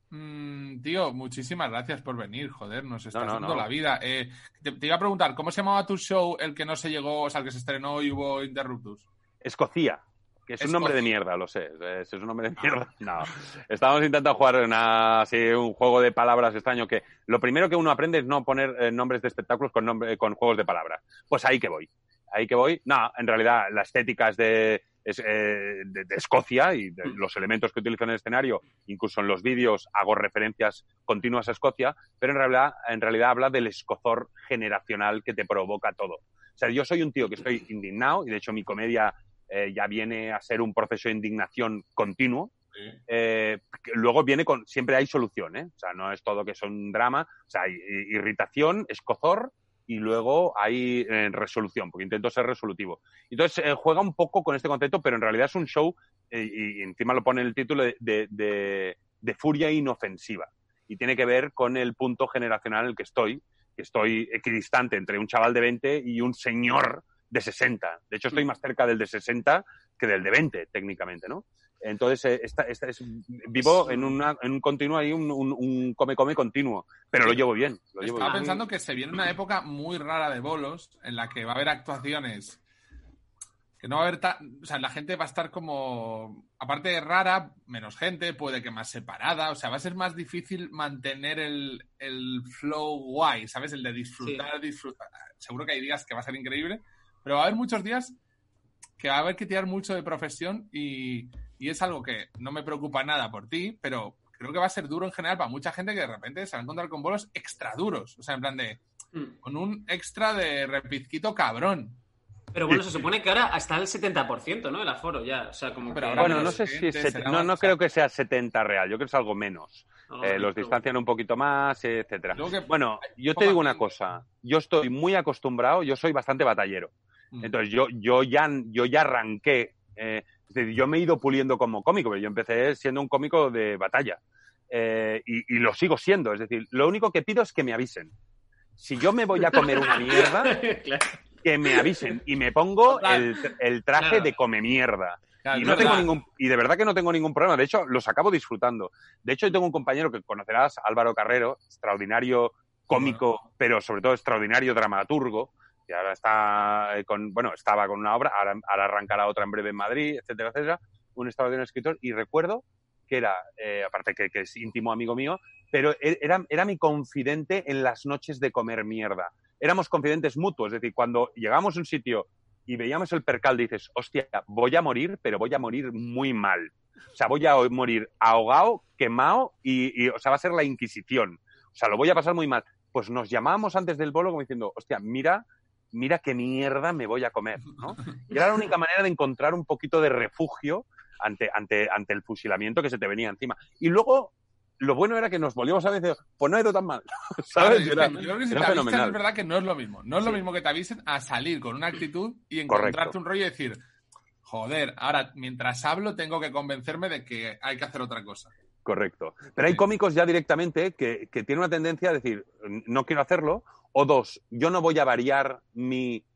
mmm, tío, muchísimas gracias por venir, joder, nos estás No, no, dando no. la vida. Eh, te, te iba a preguntar, ¿cómo se llamaba tu show, el que no se llegó, o sea, el que se estrenó y hubo interruptus? Escocia, que es un Escocia. nombre de mierda, lo sé. Es, es un nombre de mierda. No. Estábamos intentando jugar una, así, un juego de palabras extraño que lo primero que uno aprende es no poner eh, nombres de espectáculos con, nombre, con juegos de palabras. Pues ahí que voy. Ahí que voy. No, en realidad la estética es de, es, eh, de, de Escocia y de los elementos que utilizo en el escenario, incluso en los vídeos hago referencias continuas a Escocia, pero en realidad, en realidad habla del escozor generacional que te provoca todo. O sea, yo soy un tío que estoy indignado y de hecho mi comedia eh, ya viene a ser un proceso de indignación continuo. Sí. Eh, que luego viene con... Siempre hay solución, ¿eh? O sea, no es todo que es un drama. O sea, hay irritación, escozor y luego hay eh, resolución, porque intento ser resolutivo. Entonces, eh, juega un poco con este concepto, pero en realidad es un show, eh, y encima lo pone en el título, de, de, de, de furia inofensiva. Y tiene que ver con el punto generacional en el que estoy, que estoy equidistante entre un chaval de veinte y un señor de sesenta. De hecho, estoy más cerca del de sesenta que del de veinte, técnicamente, ¿no? Entonces, eh, esta, esta es, vivo en, una, en un continuo ahí, un, un, un come-come continuo, pero lo llevo bien. Lo llevo Estaba bien. pensando que se viene una época muy rara de bolos en la que va a haber actuaciones que no va a haber... ta- O sea, la gente va a estar como... Aparte de rara, menos gente, puede que más separada. O sea, va a ser más difícil mantener el, el flow guay, ¿sabes? El de disfrutar, disfrutar. Seguro que hay días que va a ser increíble, pero va a haber muchos días que va a haber que tirar mucho de profesión y, y es algo que no me preocupa nada por ti, pero creo que va a ser duro en general para mucha gente que de repente se va a encontrar con bolos extra duros. O sea, en plan de... Con un extra de repizquito cabrón. Pero bueno, se supone que ahora está el setenta por ciento, ¿no? El aforo ya. O sea, como Pero que... ahora Bueno, menos no sé si es... gente, set- será No, no más- creo que sea setenta real, yo creo que es algo menos. No, Eh, no, los pero- distancian un poquito más, etcétera. Luego que- Bueno, yo te poca digo una gente. cosa. Yo estoy muy acostumbrado, yo soy bastante batallero. Mm. Entonces, yo, yo, ya, yo ya arranqué. Eh, es decir, yo me he ido puliendo como cómico, pero yo empecé siendo un cómico de batalla. Eh, y, y lo sigo siendo. Es decir, lo único que pido es que me avisen. Si yo me voy a comer una mierda, Claro. que me avisen. Y me pongo Total. el, el traje Claro. de come mierda. Claro, Y es no tengo verdad. ningún, y de verdad que no tengo ningún problema. De hecho, los acabo disfrutando. De hecho, yo tengo un compañero que conocerás, Álvaro Carrero, extraordinario cómico, pero sobre todo extraordinario dramaturgo, que ahora está eh, con, bueno, estaba con una obra, ahora, ahora arrancará otra en breve en Madrid, etcétera, etcétera. Un extraordinario escritor. Y recuerdo que era, eh, aparte que, que es íntimo amigo mío, pero era, era mi confidente en las noches de comer mierda. Éramos confidentes mutuos. Es decir, cuando llegamos a un sitio y veíamos el percal, dices, hostia, voy a morir, pero voy a morir muy mal. O sea, voy a morir ahogado, quemado y, y, o sea, va a ser la Inquisición. O sea, lo voy a pasar muy mal. Pues nos llamábamos antes del bolo como diciendo, hostia, mira, mira qué mierda me voy a comer, ¿no? Y era la única manera de encontrar un poquito de refugio ante, ante, ante el fusilamiento que se te venía encima. Y luego, lo bueno era que nos volvíamos a veces, pues no ha ido tan mal, ¿sabes? Claro, Era, yo creo que si era te avisan fenomenal. es verdad que no es lo mismo. No es lo Sí. mismo que te avisen a salir con una actitud y encontrarte Correcto. un rollo y decir, joder, ahora mientras hablo tengo que convencerme de que hay que hacer otra cosa. Correcto. Pero hay Sí. cómicos ya directamente que, que tienen una tendencia a decir, no quiero hacerlo, o dos, yo no voy a variar mi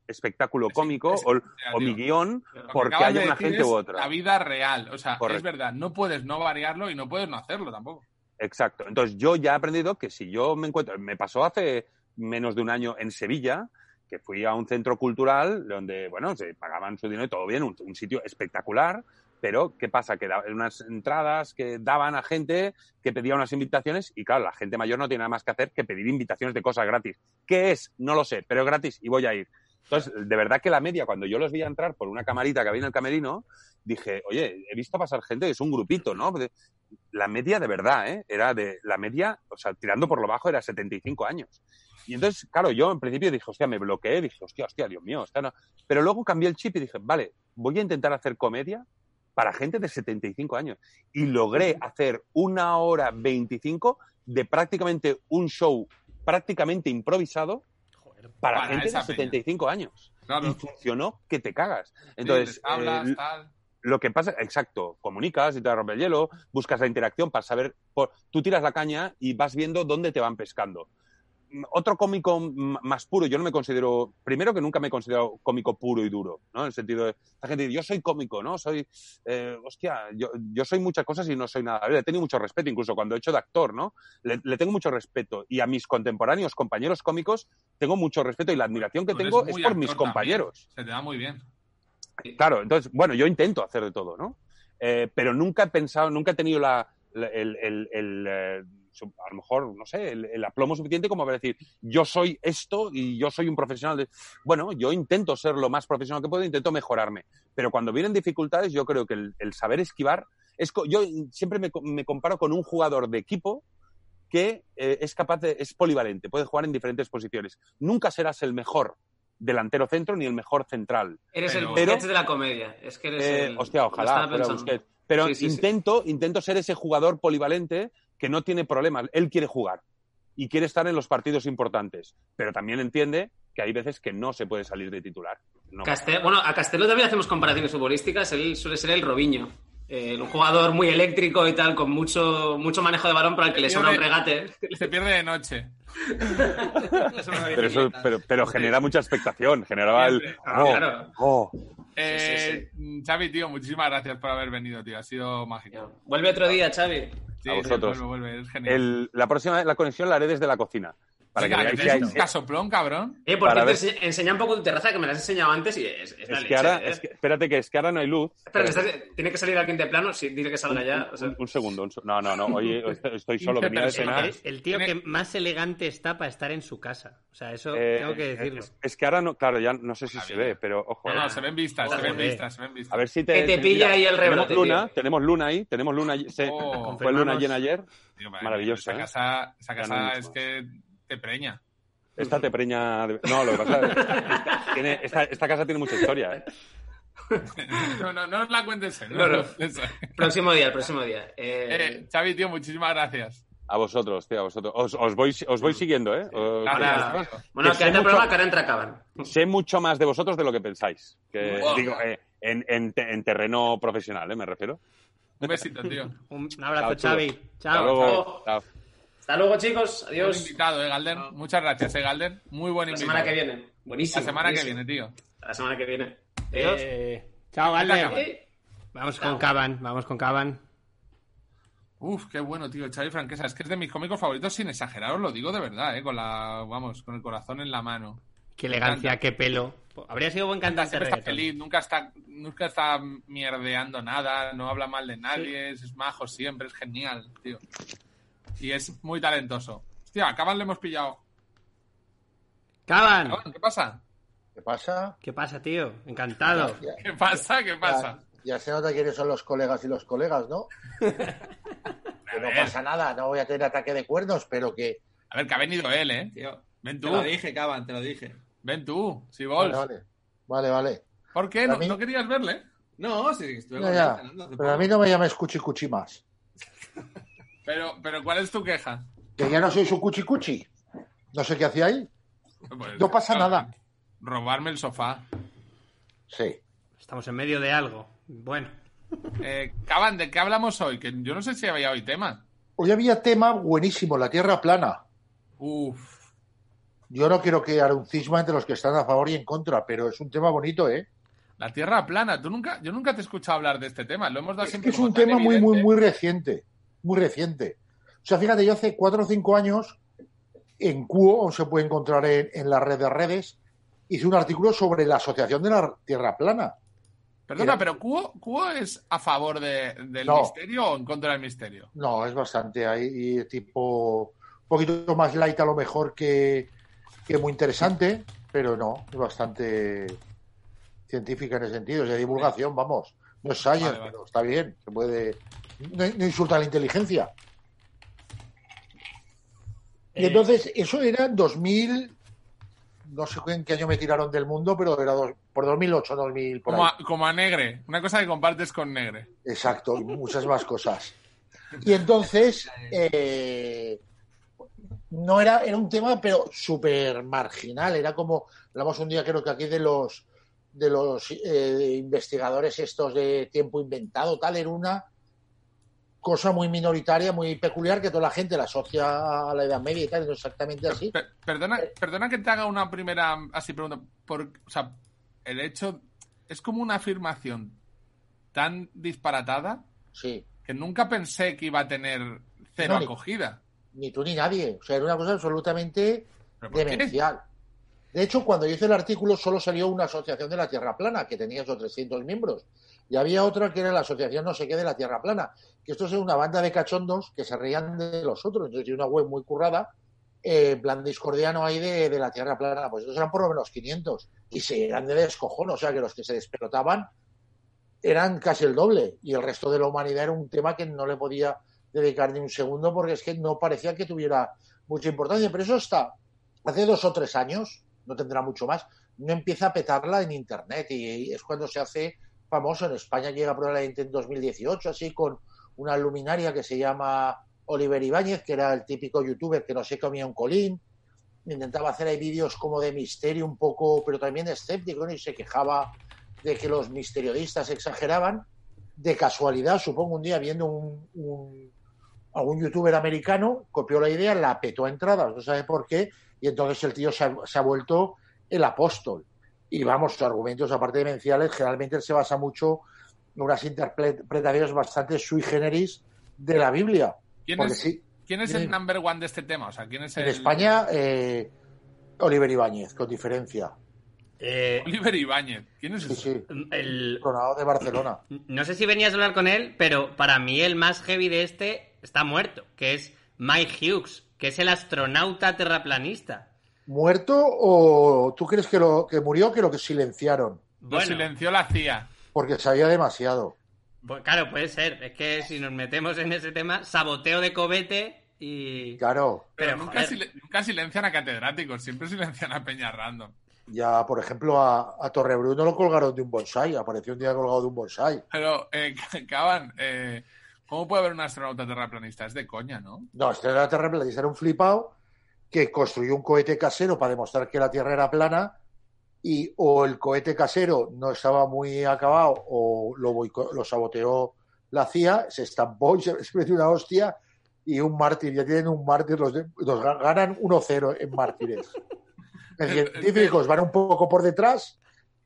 espectáculo cómico es, o, es, o mi guión Lo que porque acabas haya de una decir gente es u otra. La vida real. O sea, Correcto. es verdad, no puedes no variarlo y no puedes no hacerlo tampoco. Exacto. Entonces yo ya he aprendido que si yo me encuentro... Me pasó hace menos de un año en Sevilla, que fui a un centro cultural donde, bueno, se pagaban su dinero y todo bien, un, un sitio espectacular, pero ¿qué pasa? Que daban unas entradas que daban a gente que pedía unas invitaciones y, claro, la gente mayor no tiene nada más que hacer que pedir invitaciones de cosas gratis. ¿Qué es? No lo sé, pero es gratis y voy a ir. Entonces, de verdad que la media, cuando yo los vi entrar por una camarita que había en el camerino, dije, oye, he visto pasar gente, es un grupito, ¿no? La media de verdad, ¿eh? Era de la media, o sea, tirando por lo bajo era setenta y cinco años. Y entonces, claro, yo en principio dije, hostia, me bloqueé, dije, hostia, hostia, Dios mío, hostia, no. Pero luego cambié el chip y dije, vale, voy a intentar hacer comedia para gente de setenta y cinco años. Y logré hacer una hora veinticinco de prácticamente un show prácticamente improvisado para, para gente de setenta y cinco años. Claro. Y funcionó que te cagas. Entonces, sí, hablas, eh, tal. Lo que pasa, exacto, comunicas y te rompe el hielo, buscas la interacción para saber, por, tú tiras la caña y vas viendo dónde te van pescando. Otro cómico más puro, yo no me considero, primero que nunca me he considerado cómico puro y duro, ¿no? En el sentido de, la gente dice, yo soy cómico, ¿no? Soy, eh, hostia, yo, yo soy muchas cosas y no soy nada. Le tengo mucho respeto, incluso cuando he hecho de actor, ¿no? Le, le tengo mucho respeto. Y a mis contemporáneos, compañeros cómicos, tengo mucho respeto y la admiración que tengo es por mis compañeros. También. Se te da muy bien. Claro, entonces, bueno, yo intento hacer de todo, ¿no? Eh, pero nunca he pensado, nunca he tenido la, la el, el, el, el a lo mejor, no sé, el, el aplomo suficiente como para decir, yo soy esto y yo soy un profesional de... Bueno, yo intento ser lo más profesional que puedo, intento mejorarme. Pero cuando vienen dificultades, yo creo que el, el saber esquivar... es Yo siempre me, me comparo con un jugador de equipo que eh, es capaz de... es polivalente, puede jugar en diferentes posiciones. Nunca serás el mejor delantero centro ni el mejor central. Eres pero, el Busquets de la comedia. Es que eres eh, el... Hostia, ojalá fuera Busquets. Pero sí, sí, intento, sí. intento ser ese jugador polivalente que no tiene problemas. Él quiere jugar y quiere estar en los partidos importantes, pero también entiende que hay veces que no se puede salir de titular. No. Castel... Bueno, a Castelo también hacemos comparaciones futbolísticas. Él suele ser el Robinho. Eh, un jugador muy eléctrico y tal, con mucho mucho manejo de balón para el que le suena un regate. Se pierde de noche. eso pero, eso, pero, pero genera mucha expectación. Generaba el... Oh, claro. oh. Eh, sí, sí, sí. Xavi, tío, muchísimas gracias por haber venido, tío. Ha sido mágico. Vuelve otro día, Xavi. Sí, a vosotros. Sí, vuelve, vuelve. Es genial. El, la próxima la conexión la haré desde la cocina. Para Venga, que que veáis un si hay... casoplón, cabrón. Eh, por cierto, ver... enseña un poco tu terraza, que me la has enseñado antes y es, es, es la que leche, ahora, ¿eh? es que, espérate, que es que ahora no hay luz. Espera, estás, tiene que salir al quinto plano, sí, dile que salga un, ya. O sea... un, un segundo, un, no, no, no, hoy estoy solo, venía de cenar. El, el tío que más elegante está para estar en su casa. O sea, eso eh, tengo que decirlo. Es, es que ahora, no, claro, ya no sé si se ve, pero ojo. No, no, se ven vistas, se ven vistas, se ven vistas. A ver si te... Que te pilla ahí el rebote, Tenemos luna, tío. tenemos luna ahí, tenemos luna, se, oh, fue luna llena ayer. Tío, maravilloso, esa ¿eh? casa, esa casa es que te preña. Esta te preña... De... No, lo que pasa es que tiene... esta, esta casa tiene mucha historia, ¿eh? No, no, no os la cuentes. ¿eh? No, no. Próximo día, el próximo día. Eh... Eh, Xavi, tío, muchísimas gracias. A vosotros, tío, a vosotros. Os, os, voy, os voy siguiendo, ¿eh? Os... Ahora... Bueno, que quédate el programa que ahora entra acaban. Sé mucho más de vosotros de lo que pensáis. Que, wow. Digo, eh, en, en, en terreno profesional, ¿eh? Me refiero. Un besito, tío. Un abrazo, Chao, Xavi. Chao. Hasta luego. Chao. Hasta luego, chicos. Adiós. Buen invitado, eh, Galder. No. Muchas gracias, eh, Galder. Muy buen invitado. La semana que viene. Buenísimo. La semana buenísimo. que viene, tío. La semana que viene. Adiós. Eh, chao, Galder. Eh. Vamos Chao. con Caban. Vamos con Caban. Uf, qué bueno, tío. Xavi Franquesa. Es que es de mis cómicos favoritos, sin exagerar, os lo digo de verdad, eh. Con la, vamos, con el corazón en la mano. Qué elegancia, qué pelo. Habría sido buen cantante. Nunca está feliz, nunca está, nunca está mierdeando nada, no habla mal de nadie, sí. Es majo siempre, es genial, tío. Y es muy talentoso. Hostia, a Caban le hemos pillado. ¡Caban! ¿Qué pasa? ¿Qué pasa? ¿Qué pasa, tío? Encantado. Ya, ya, ¿Qué pasa? ¿Qué pasa? Ya, ya se nota quiénes son los colegas y los colegas, ¿no? Que no pasa nada, no voy a tener ataque de cuernos, pero que... A ver, que ha venido él, ¿eh? Tío, ven tú. Te lo dije, Caban, te lo dije. Ven tú, si vols. Vale, vale. Vale, vale. ¿Por qué? ¿No, mí... ¿No querías verle? No, sí, estuve ya, ya. Pero a mí no me llames cuchi cuchi más. Pero, pero ¿cuál es tu queja? Que ya no soy su cuchi cuchi. No sé qué hacía ahí. Pues, no pasa claro, nada. Robarme el sofá. Sí. Estamos en medio de algo. Bueno. Eh, Caban, ¿de qué hablamos hoy? Que yo no sé si había hoy tema. Hoy había tema buenísimo, la Tierra plana. Uf. Yo no quiero crear un cisma entre los que están a favor y en contra, pero es un tema bonito, ¿eh? La Tierra plana. Tú nunca, yo nunca te he escuchado hablar de este tema. Lo hemos dado Es, siempre es como un tan tema muy, evidente. muy, muy reciente. Muy reciente. O sea, fíjate, yo hace cuatro o cinco años, en Cuo, se puede encontrar en, en la red de redes, hice un artículo sobre la asociación de la Tierra plana. Perdona, Era- pero ¿Cuo, Cuo es a favor de- del No. misterio o en contra del misterio? No, es bastante ahí, tipo, un poquito más light a lo mejor que, que muy interesante, pero no, es bastante científica en ese sentido, es de divulgación, vamos. No es science, Vale, vale. pero está bien, se puede. No, no insulta a la inteligencia. Y Eh, entonces, eso era en dos mil, no sé en qué año me tiraron del mundo, pero era dos- por dos mil ocho, dos mil, por Como ahí. a, como a Negre. Una cosa que compartes con Negre. Exacto, y muchas más cosas. Y entonces, eh, no era, era un tema, pero súper marginal. Era como, hablamos un día, creo que aquí, de los de los eh, investigadores estos de tiempo inventado, tal, era una cosa muy minoritaria, muy peculiar, que toda la gente la asocia a la Edad Media y tal, no es exactamente así. Per- perdona, perdona que te haga una primera así pregunta. Por, o sea, el hecho es como una afirmación tan disparatada Sí, que nunca pensé que iba a tener cero No, ni- acogida. ni tú ni nadie. O sea, era una cosa absolutamente ¿Pero por qué? demencial. De hecho, cuando yo hice el artículo solo salió una asociación de la Tierra Plana, que tenía esos trescientos miembros. Y había otra que era la asociación no sé qué de la Tierra Plana. Que esto es una banda de cachondos que se reían de los otros. Entonces, tiene una web muy currada, eh, en plan discordiano ahí de, de la Tierra Plana. Pues estos eran por lo menos quinientos. Y se eran de descojón. O sea, que los que se despelotaban eran casi el doble. Y el resto de la humanidad era un tema que no le podía dedicar ni un segundo porque es que no parecía que tuviera mucha importancia. Pero eso está hace dos o tres años, no tendrá mucho más, no empieza a petarla en Internet y es cuando se hace famoso. En España llega probablemente en dos mil dieciocho, así con una luminaria que se llama Oliver Ibáñez, que era el típico youtuber que no se comía un colín, intentaba hacer ahí vídeos como de misterio un poco, pero también escéptico, ¿no? Y se quejaba de que los misteriodistas exageraban. De casualidad, supongo, un día viendo un, un algún youtuber americano, copió la idea, la petó a entradas, no sabe por qué, y entonces el tío se ha, se ha vuelto el apóstol. Y vamos, sus argumentos, aparte demenciales, generalmente él se basa mucho en unas interpretaciones bastante sui generis de la Biblia. ¿Quién Porque es, sí, ¿quién es tiene- el number one de este tema? O sea, ¿quién es en el... España, eh, Oliver Ibáñez, con diferencia. eh, Oliver Ibáñez. ¿Quién es Sí, ese? sí, el, coronado de Barcelona. no sé si venías a hablar con él, pero para mí el más heavy de este está muerto, que es Mike Hughes, que es el astronauta terraplanista. ¿Muerto o tú crees que lo que murió, que lo que silenciaron? Lo Bueno, silenció la C I A. Porque sabía demasiado. pues claro, puede ser. Es que si nos metemos en ese tema, saboteo de cohete y... Claro. Pero, Pero, nunca, joder. sil- nunca silencian a catedráticos, siempre silencian a peña random. Ya, por ejemplo, a, a Torrebruno lo colgaron de un bonsai. Apareció un día colgado de un bonsai. Pero, eh, Caban, eh, ¿cómo puede haber un astronauta terraplanista? Es de coña, ¿no? No, este era terraplanista, era un flipado que construyó un cohete casero para demostrar que la Tierra era plana y o el cohete casero no estaba muy acabado o lo, boico- lo saboteó la C I A, se estampó y se, se metió una hostia y un mártir. Ya tienen un mártir, los, de- los ga- ganan uno cero en mártires. En científicos van un poco por detrás,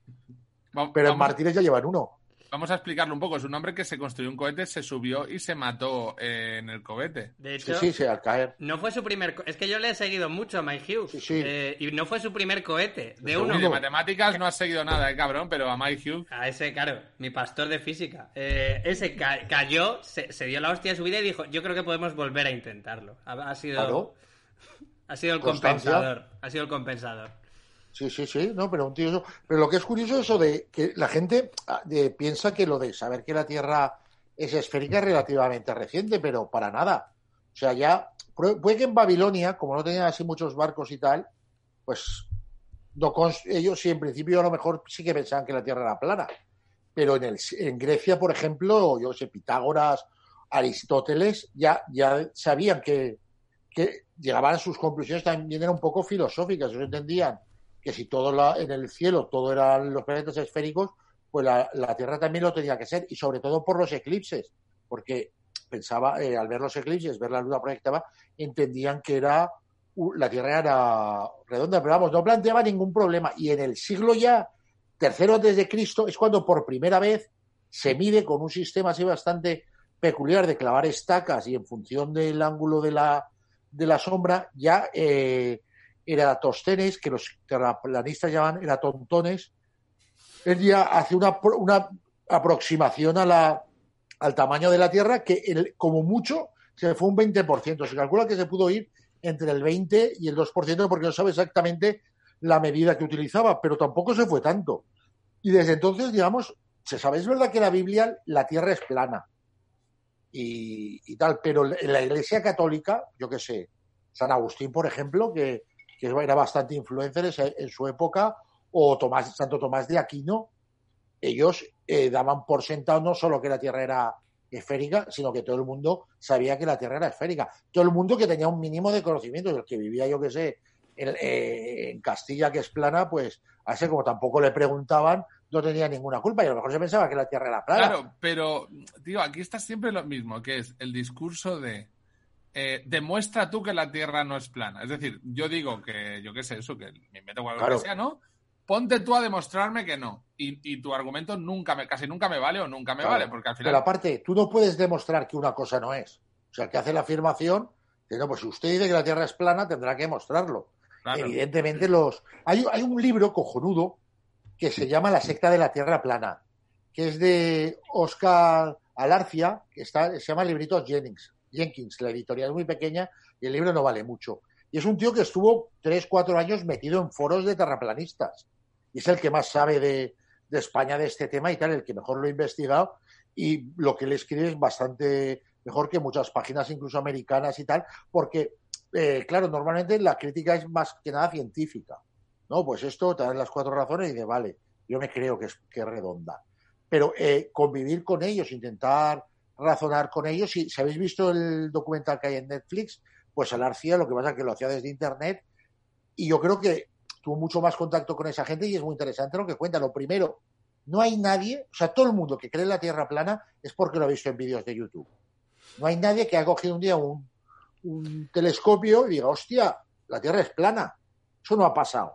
Va- pero en vamos, mártires ya llevan uno. vamos a explicarlo un poco. Es un hombre que se construyó un cohete, se subió y se mató eh, en el cohete. De Sí, hecho, sí, sí, al caer. no fue su primer... co- Es que yo le he seguido mucho a Mike Hughes. Sí, sí. eh, y no fue su primer cohete. De segundo. uno... Y de matemáticas no has seguido nada, eh, cabrón, pero a Mike Hughes... A ese, claro, mi pastor de física. Eh, ese ca- cayó, se, se dio la hostia de su vida y dijo, yo creo que podemos volver a intentarlo. Ha, ha sido, Claro. ha sido el Constancia. compensador. Ha sido el compensador. Sí, sí, sí, no, pero un tío eso. Pero lo que es curioso es eso de que la gente ah, de- piensa que lo de saber que la Tierra es esférica es relativamente reciente, pero para nada. O sea, ya pu- puede que en Babilonia, como no tenían así muchos barcos y tal, pues no cons- ellos sí en principio a lo mejor sí que pensaban que la Tierra era plana. Pero en, el, en Grecia, por ejemplo, yo sé, Pitágoras, Aristóteles, ya, ya sabían que, que llegaban a sus conclusiones también eran un poco filosóficas. Ellos entendían que si todo la, en el cielo todo eran los planetas esféricos, pues la, la Tierra también lo tenía que ser, y sobre todo por los eclipses, porque pensaba, eh, al ver los eclipses, ver la luna proyectada, entendían que era la Tierra era redonda, pero vamos, no planteaba ningún problema. Y en el siglo ya tercero antes de Cristo es cuando por primera vez se mide con un sistema así bastante peculiar de clavar estacas y en función del ángulo de la, de la sombra, ya eh, Eratosthenes, que los terraplanistas llaman eratontones, él ya hace una, una aproximación a la, al tamaño de la Tierra que el, como mucho se fue un veinte por ciento. Se calcula que se pudo ir entre el veinte y el dos por ciento porque no sabe exactamente la medida que utilizaba, pero tampoco se fue tanto. Y desde entonces, digamos, se sabe, es verdad que en la Biblia la Tierra es plana y, y tal, pero en la Iglesia Católica, yo qué sé, San Agustín, por ejemplo, que, que era bastante influencer en su época, o Tomás, Santo Tomás de Aquino, ellos eh, daban por sentado no solo que la Tierra era esférica, sino que todo el mundo sabía que la Tierra era esférica. Todo el mundo que tenía un mínimo de conocimiento, el que vivía, yo qué sé, en, eh, en Castilla, que es plana, pues a ese como tampoco le preguntaban, no tenía ninguna culpa y a lo mejor se pensaba que la Tierra era plana. Claro, pero, tío, aquí está siempre lo mismo, que es el discurso de eh, demuestra tú que la Tierra no es plana. Es decir, yo digo que, yo qué sé, eso, que me invento cualquier Claro. que sea, ¿no? Ponte tú a demostrarme que no. Y, y tu argumento nunca me, casi nunca me vale o nunca me Claro. vale, porque al final... Pero aparte, tú no puedes demostrar que una cosa no es. O sea, el que hace la afirmación, que no, pues si usted dice que la Tierra es plana, tendrá que demostrarlo. Claro. Evidentemente, los hay, hay un libro cojonudo que se llama La secta de la Tierra plana, que es de Oscar Alarcia, que está, se llama el librito Jennings, Jenkins, la editorial es muy pequeña y el libro no vale mucho. Y es un tío que estuvo tres, cuatro años metido en foros de terraplanistas. Y es el que más sabe de, de España de este tema y tal, el que mejor lo ha investigado. Y lo que le escribe es bastante mejor que muchas páginas, incluso americanas y tal, porque, eh, claro, normalmente la crítica es más que nada científica. No, pues esto, te dan las cuatro razones y dices, vale, yo me creo que es, que es redonda. Pero eh, convivir con ellos, intentar razonar con ellos. Si, si habéis visto el documental que hay en Netflix, pues Alarcia lo que pasa es que lo hacía desde Internet y yo creo que tuvo mucho más contacto con esa gente y es muy interesante lo que cuenta. Lo primero, no hay nadie, o sea, todo el mundo que cree en la Tierra plana es porque lo ha visto en vídeos de YouTube. No hay nadie que ha cogido un día un, un telescopio y diga, hostia, la Tierra es plana. Eso no ha pasado.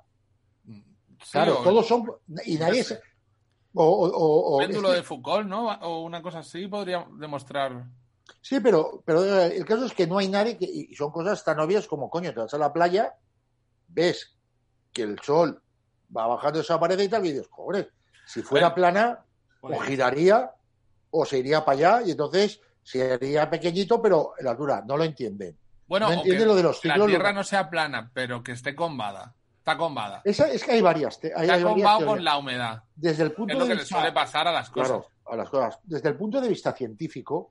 Sí, Claro, o- todos son... Y nadie... Se, o, o, o- o- El péndulo es que- de Foucault, ¿no? O una cosa así podría demostrar... Sí, pero, pero el caso es que no hay nadie que... Y son cosas tan obvias como, coño, te vas a la playa, ves que el sol va bajando esa pared y tal, y dices, joder, si fuera Bueno, plana, o giraría, o se iría para allá, y entonces sería pequeñito, pero en la altura. No lo entienden. Bueno, No o entiende que lo de los la ciclos, Tierra lo- no sea plana, pero que esté combada. Está combada. Esa, es que hay varias. te- hay- Está hay varias combado teorías. con la humedad. Desde el Es punto lo de que le vista... suele pasar a las cosas. Claro, a las cosas. Desde el punto de vista científico,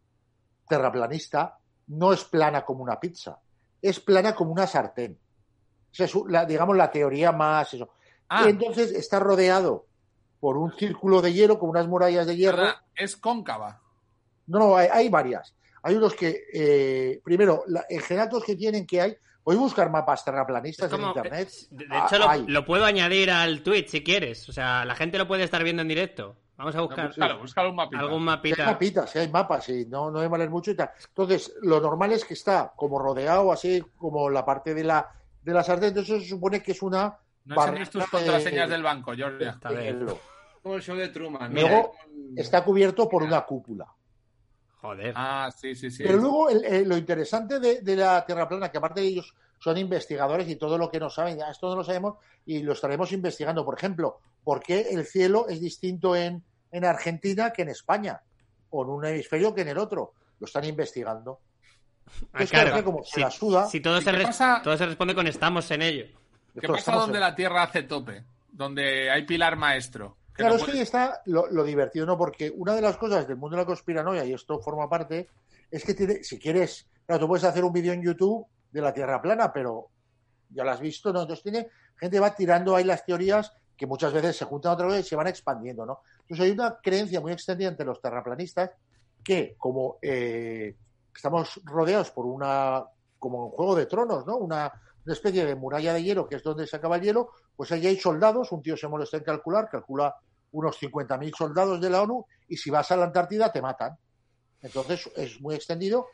terraplanista no es plana como una pizza, es plana como una sartén. Esa es la, digamos, la teoría más eso. Ah, Y entonces está rodeado por un círculo de hielo con unas murallas de hierro. ¿verdad? Es cóncava. No, no, hay, hay varias. Hay unos que, eh, primero, la, en general todos que tienen que hay, podéis buscar mapas terraplanistas Es como- en internet. De, de Ah, hecho, lo, hay. lo puedo añadir al tweet si quieres. O sea, la gente lo puede estar viendo en directo. Vamos a No, buscar búscalo, búscalo un mapita. algún Sí, hay mapita. mapitas, sí, hay mapas, y no, no hay valer mucho y tal. Entonces, lo normal es que está como rodeado, así como la parte de la, de la sartén. Entonces, eso se supone que es una No barrera enseñes tus de- contraseñas del banco, George. Está de bien. hielo. Como el show de Truman. Luego ¿no? está cubierto por una cúpula. Joder. Ah, sí, sí, sí. Pero luego el- el- lo interesante de, de la Tierra plana, que aparte de ellos son investigadores y todo lo que no saben, ya esto no lo sabemos y lo estaremos investigando. Por ejemplo, ¿por qué el cielo es distinto en, en Argentina que en España? O en un hemisferio que en el otro. Lo están investigando. Ah, Es claro. que como se Si, la suda, si todo, ¿Y se qué res- pasa? todo se responde con estamos en ello. ¿Qué esto pasa estamos donde en- la Tierra hace tope? Donde hay pilar maestro. Que Claro, no es que puede- ahí está lo, lo divertido, ¿no? Porque una de las cosas del mundo de la conspiranoia, y esto forma parte, es que tiene, si quieres, claro, tú puedes hacer un vídeo en YouTube de la Tierra plana, pero ya lo has visto, ¿no? Entonces tiene, gente va tirando ahí las teorías que muchas veces se juntan otra vez y se van expandiendo, ¿no? Entonces hay una creencia muy extendida entre los terraplanistas que, como eh, estamos rodeados por una, como un Juego de Tronos, ¿no? Una, una especie de muralla de hielo, que es donde se acaba el hielo, pues allí hay soldados, un tío se molesta en calcular, calcula unos cincuenta mil soldados de la ONU, y si vas a la Antártida te matan. Entonces es muy extendido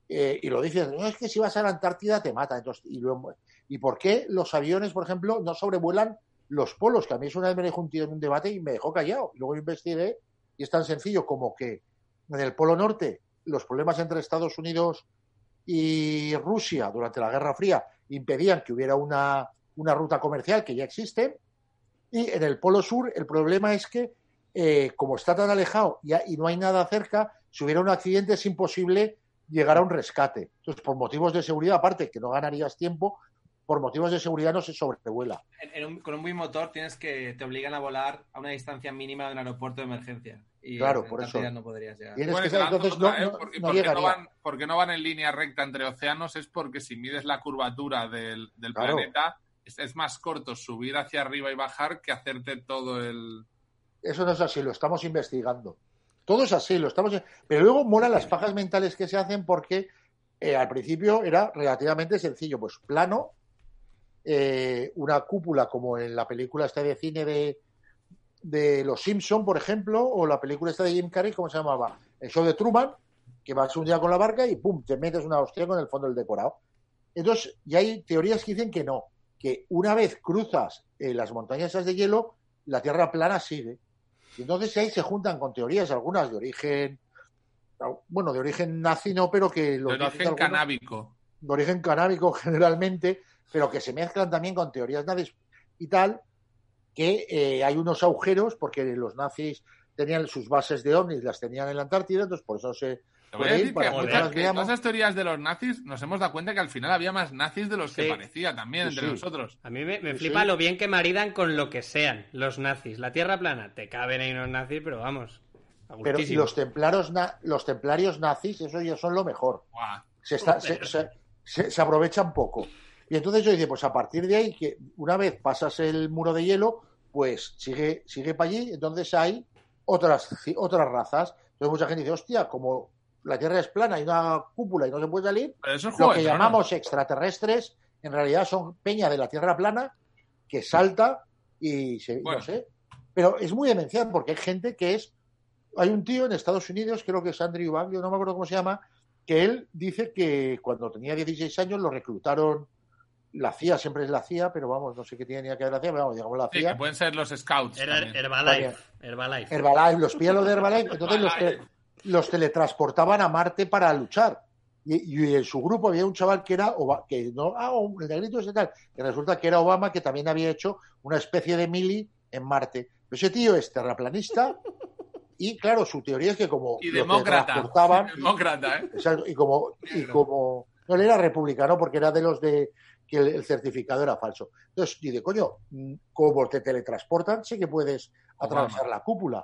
eh, y lo dices, no, es que si vas a la Antártida te mata. Entonces, y, lo, ¿y por qué los aviones, por ejemplo, no sobrevuelan los polos? Que a mí eso una vez me dejó un tío en un debate y me dejó callado. Y luego investigué y es tan sencillo como que en el Polo Norte los problemas entre Estados Unidos y Rusia durante la Guerra Fría impedían que hubiera una, una ruta comercial que ya existe, y en el Polo Sur el problema es que eh, como está tan alejado y, y no hay nada cerca, si hubiera un accidente es imposible llegar a un rescate. Entonces, por motivos de seguridad, aparte que no ganarías tiempo, por motivos de seguridad no se sobrevuela. En, en un, con un bimotor tienes que te obligan a volar a una distancia mínima de un aeropuerto de emergencia. Y claro, en por eso no podrías llegar. Tienes Bueno, que ser, entonces otra, no, ¿eh? no, porque, no porque llegaría. no van, porque no van en línea recta entre océanos, es porque si mides la curvatura del, del Claro. planeta, es, es más corto subir hacia arriba y bajar que hacerte todo el... Eso no es así, lo estamos investigando. Todo es así, lo estamos. Pero luego molan las pajas mentales que se hacen porque eh, al principio era relativamente sencillo, pues plano, eh, una cúpula como en la película esta de cine de, de Los Simpson, por ejemplo, o la película esta de Jim Carrey, ¿cómo se llamaba? El show de Truman, que vas un día con la barca y pum, te metes una hostia con el fondo del decorado. Entonces, y hay teorías que dicen que no, que una vez cruzas eh, las montañas esas de hielo, la Tierra plana sigue. Y entonces ahí se juntan con teorías, algunas de origen, bueno, de origen nazi no, pero que los de nazis origen algunos, canábico. de origen canábico generalmente, pero que se mezclan también con teorías nazis y tal, que eh, hay unos agujeros porque los nazis tenían sus bases de ovnis, las tenían en la Antártida, entonces por eso se Te voy a puede decir ir para que, que muchas- las que veamos. todas esas teorías de los nazis nos hemos dado cuenta que al final había más nazis de los que Sí. parecía también Sí, entre sí. nosotros. A mí me, me Sí, flipa sí. lo bien que maridan con lo que sean los nazis. La Tierra plana, te caben ahí unos nazis, pero vamos, a Pero y gustísimo. los templarios, na- los templarios nazis, eso ya son lo mejor. Buah. Se, está, se, se, se, se aprovechan poco. Y entonces yo dice, pues a partir de ahí, que una vez pasas el muro de hielo, pues sigue, sigue para allí, entonces hay otras, otras razas. Entonces mucha gente dice, hostia, como la Tierra es plana y una cúpula y no se puede salir, Pero eso es lo Juego que de Tronos. llamamos extraterrestres, en realidad son peña de la Tierra plana que salta y se, Bueno. no sé. Pero es muy demencial porque hay gente que es... Hay un tío en Estados Unidos, creo que es Andrew Baglio, no me acuerdo cómo se llama, que él dice que cuando tenía dieciséis años lo reclutaron la C I A, siempre es la C I A, pero vamos, no sé qué tenía que ver la C I A, pero vamos, digamos la Sí, C I A. que pueden ser los scouts. Era también. Herbalife. Herbalife. Herbalife, los pillan los de Herbalife, entonces los, te- los teletransportaban a Marte para luchar. Y, y en su grupo había un chaval que era, Oba- que no, ah, el negrito ese tal, que resulta que era Obama, que también había hecho una especie de mili en Marte. Pero ese tío es terraplanista y, claro, su teoría es que como Y lo demócrata. teletransportaban, Demócrata, ¿eh? exacto, y como, y como no, él era republicano porque era de los de que el, el certificado era falso. Entonces, dice, coño, como te teletransportan, sí que puedes atravesar la cúpula.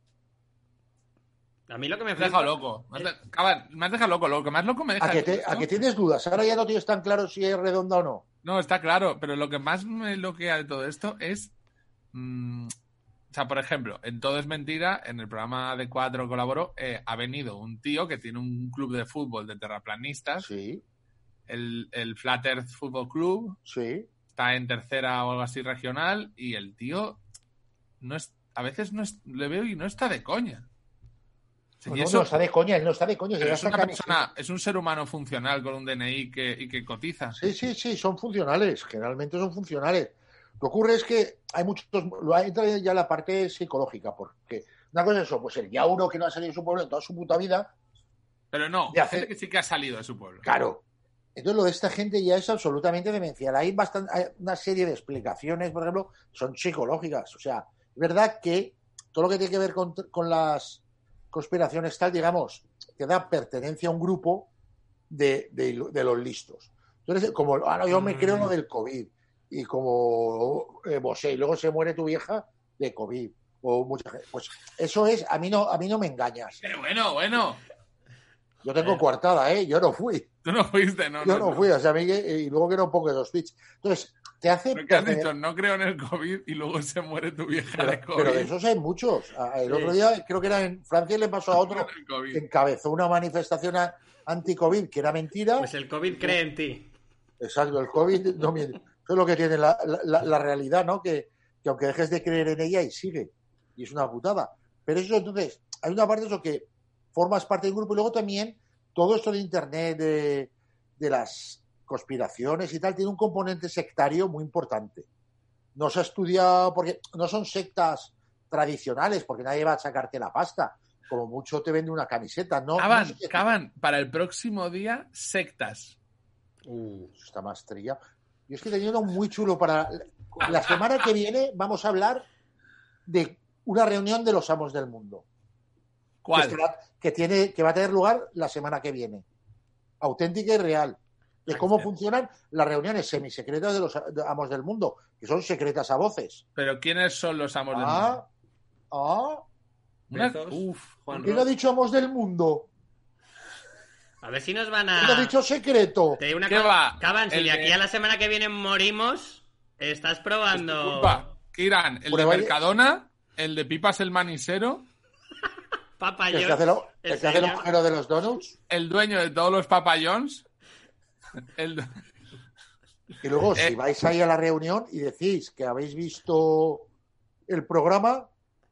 A mí lo que me Me has dejado flipa... loco. Me has, de- Cabal, me has dejado loco. Lo que más loco me deja. ¿A que, es te- esto. a que tienes dudas? Ahora ya no tienes tan claro si es redonda o no. No, está claro, pero lo que más me bloquea de todo esto es. mm, o sea, por ejemplo, en Todo es Mentira, en el programa de Cuatro colaboró, eh, ha venido un tío que tiene un club de fútbol de terraplanistas, Sí, el, el Flat Earth Football Club, sí. está en tercera o algo así regional, y el tío no es, a veces no es, le veo y no está de coña. Sí, No, y no, eso- no está de coña, él no está de coña. pero se es gasta una camiseta. persona, es un ser humano funcional con un D N I que, y que cotiza. Sí, sí, sí, son funcionales, generalmente son funcionales. Lo que ocurre es que hay muchos, lo ha entrado ya la parte psicológica, porque una cosa es eso, pues el yauro que no ha salido de su pueblo en toda su puta vida, Pero no, de hay hacer- gente que sí que ha salido de su pueblo. claro. Entonces lo de esta gente ya es absolutamente demencial. Hay, bastante, hay una serie de explicaciones, por ejemplo, son psicológicas. O sea, es verdad que todo lo que tiene que ver con, con las conspiraciones tal, digamos, te da pertenencia a un grupo de, de, de los listos. Entonces, como ah, no, yo me creo lo del COVID, y como eh, vos, y luego se muere tu vieja de COVID, o mucha gente. Pues eso es, a mí no, a mí no me engañas. Pero bueno, bueno. Yo tengo coartada, ¿eh? Yo no fui. Tú no fuiste, ¿no? Yo no fui, o sea, a mí que- y luego que no pongo esos tweets. Entonces, te hace... Lo que has pertenecer- dicho, no creo en el COVID y luego se muere tu vieja pero, de COVID. pero de esos hay muchos. Ah, El Sí. otro día, creo que era en Francia, le pasó a otro El COVID. que encabezó una manifestación a- anti-COVID, que era mentira. Pues el COVID cree en ti. Exacto, el COVID no miente. Eso es lo que tiene la, la- la realidad, ¿no? Que, que aunque dejes de creer en ella y sigue. Y es una putada. Pero eso, entonces, hay una parte de eso que formas parte del grupo y luego también todo esto de Internet, de, de las conspiraciones y tal, tiene un componente sectario muy importante. No se ha estudiado, porque no son sectas tradicionales, porque nadie va a sacarte la pasta. Como mucho te vende una camiseta, ¿no? Caban, no sé. Caban, para el próximo día, sectas. Uh, eso está más trillado. Yo es que tenía uno muy chulo para... La semana que viene vamos a hablar de una reunión de los amos del mundo. ¿Cuál? Que, estará, que, tiene, que va a tener lugar la semana que viene. Auténtica y real. De cómo funcionan las reuniones semisecretas de los amos del mundo, que son secretas a voces. ¿Pero quiénes son los amos del Ah, mundo? ah. Una... Bezos, Uf, Juan ¿Quién Ros. ha dicho amos del mundo? A ver si nos van ¿Quién ha a... dicho secreto? Te digo una ¿Qué cosa. va? Caban, si El de aquí de- a la semana que viene morimos, estás probando... Disculpa, Kiran, el de Prueba- Mercadona, el de Pipas el Manisero, Papa El que John's, hace, lo- el el que hace el señor. agujero de los donuts. el dueño de todos los Papa John's, el... Y luego, Eh. si vais ahí a la reunión y decís que habéis visto el programa,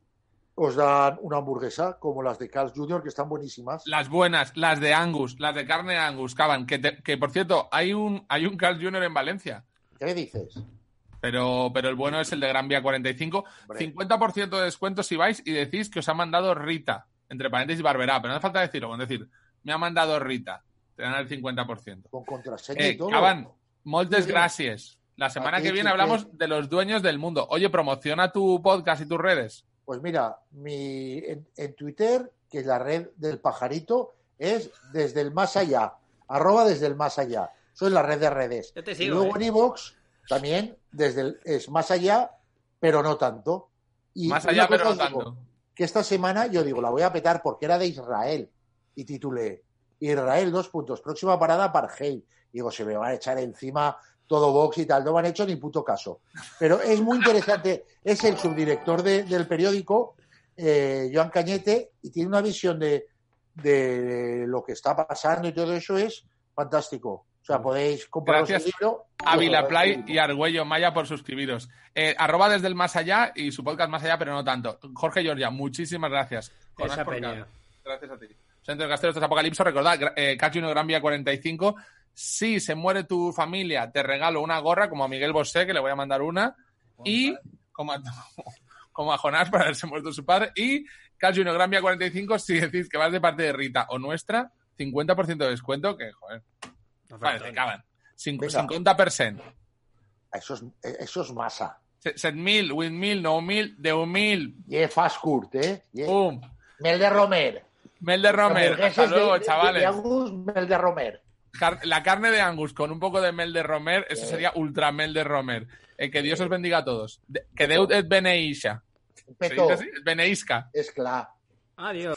os dan una hamburguesa, como las de Carl's junior, que están buenísimas. las buenas, las de Angus, las de carne de Angus, Caban, que, te- que por cierto, hay un, hay un Carl junior en Valencia. ¿Qué me dices? Pero, pero el bueno es el de Gran Vía cuarenta y cinco. Hombre. cincuenta por ciento de descuento si vais y decís que os ha mandado Rita, entre paréntesis Barberá, pero no hace falta decirlo, con decir, me ha mandado Rita, te dan el cincuenta por ciento. Con contraseña y Eh, todo. Caban, moltes Muy bien. gracias. La semana A ti, que viene Chique. hablamos de los dueños del mundo. Oye, promociona tu podcast y tus redes. Pues mira, mi, en, en Twitter, que es la red del pajarito, es desde el más allá, arroba desde el más allá. Soy la red de redes. Yo te Y sigo, luego eh. en iVoox también desde el, es más allá, pero no tanto. Y Más una allá, cosa pero no os digo, tanto. que esta semana yo digo, la voy a petar porque era de Israel. Y titulé, Israel, dos puntos, próxima parada para Hey. Digo, se me van a echar encima todo Vox y tal, no me han hecho ni puto caso. Pero es muy interesante, es el subdirector de- del periódico, eh, Joan Cañete, y tiene una visión de, de lo que está pasando y todo eso es fantástico. O sea, podéis compraros el Gracias libro. a Vilaplay y Argüello Maya por suscribiros. Eh, arroba desde el más allá y su podcast más allá, pero no tanto. Jorge Giorgia, muchísimas gracias. Jonás Esa Porcar, peña. gracias a ti. Centro de Castelos de Apocalipso, recordad, gra- eh, Catch uno Gran Vía cuarenta y cinco. Si se muere tu familia, te regalo una gorra, como a Miguel Bosé, que le voy a mandar una. Y como a, como a Jonás para haberse muerto su padre. Y Catch uno Gran Vía cuarenta y cinco, si decís que vas de parte de Rita o nuestra, cincuenta por ciento de descuento, que joder. Vale, te caben. Venga. cincuenta por ciento. Eso es, eso es masa. set mil, vuit mil, nou mil, deu mil. Y fast curt, ¿eh? Yeah. Pum. Mel de Romer. Mel de Romer. Hamburguesas Hasta luego, de- de- chavales. de Angus, Mel de Romer. Car- La carne de Angus con un poco de mel de Romer, eso Eh. sería ultra mel de Romer. Eh, que Dios os bendiga a todos. De- que Déu et beneïxa. ¿Se Peto, dice así? Beneïsca. es claro. Adiós.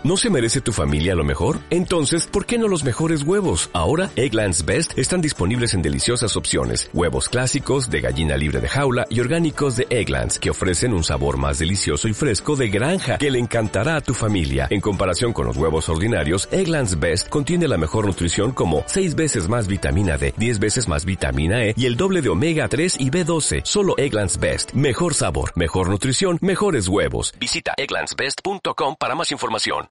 ¿No se merece tu familia lo mejor? Entonces, ¿por qué no los mejores huevos? Ahora, Eggland's Best están disponibles en deliciosas opciones. Huevos clásicos, de gallina libre de jaula y orgánicos de Eggland's, que ofrecen un sabor más delicioso y fresco de granja que le encantará a tu familia. En comparación con los huevos ordinarios, Eggland's Best contiene la mejor nutrición como seis veces más vitamina D, diez veces más vitamina E y el doble de omega tres y B doce. Solo Eggland's Best. Mejor sabor, mejor nutrición, mejores huevos. Visita egglands best punto com para más información.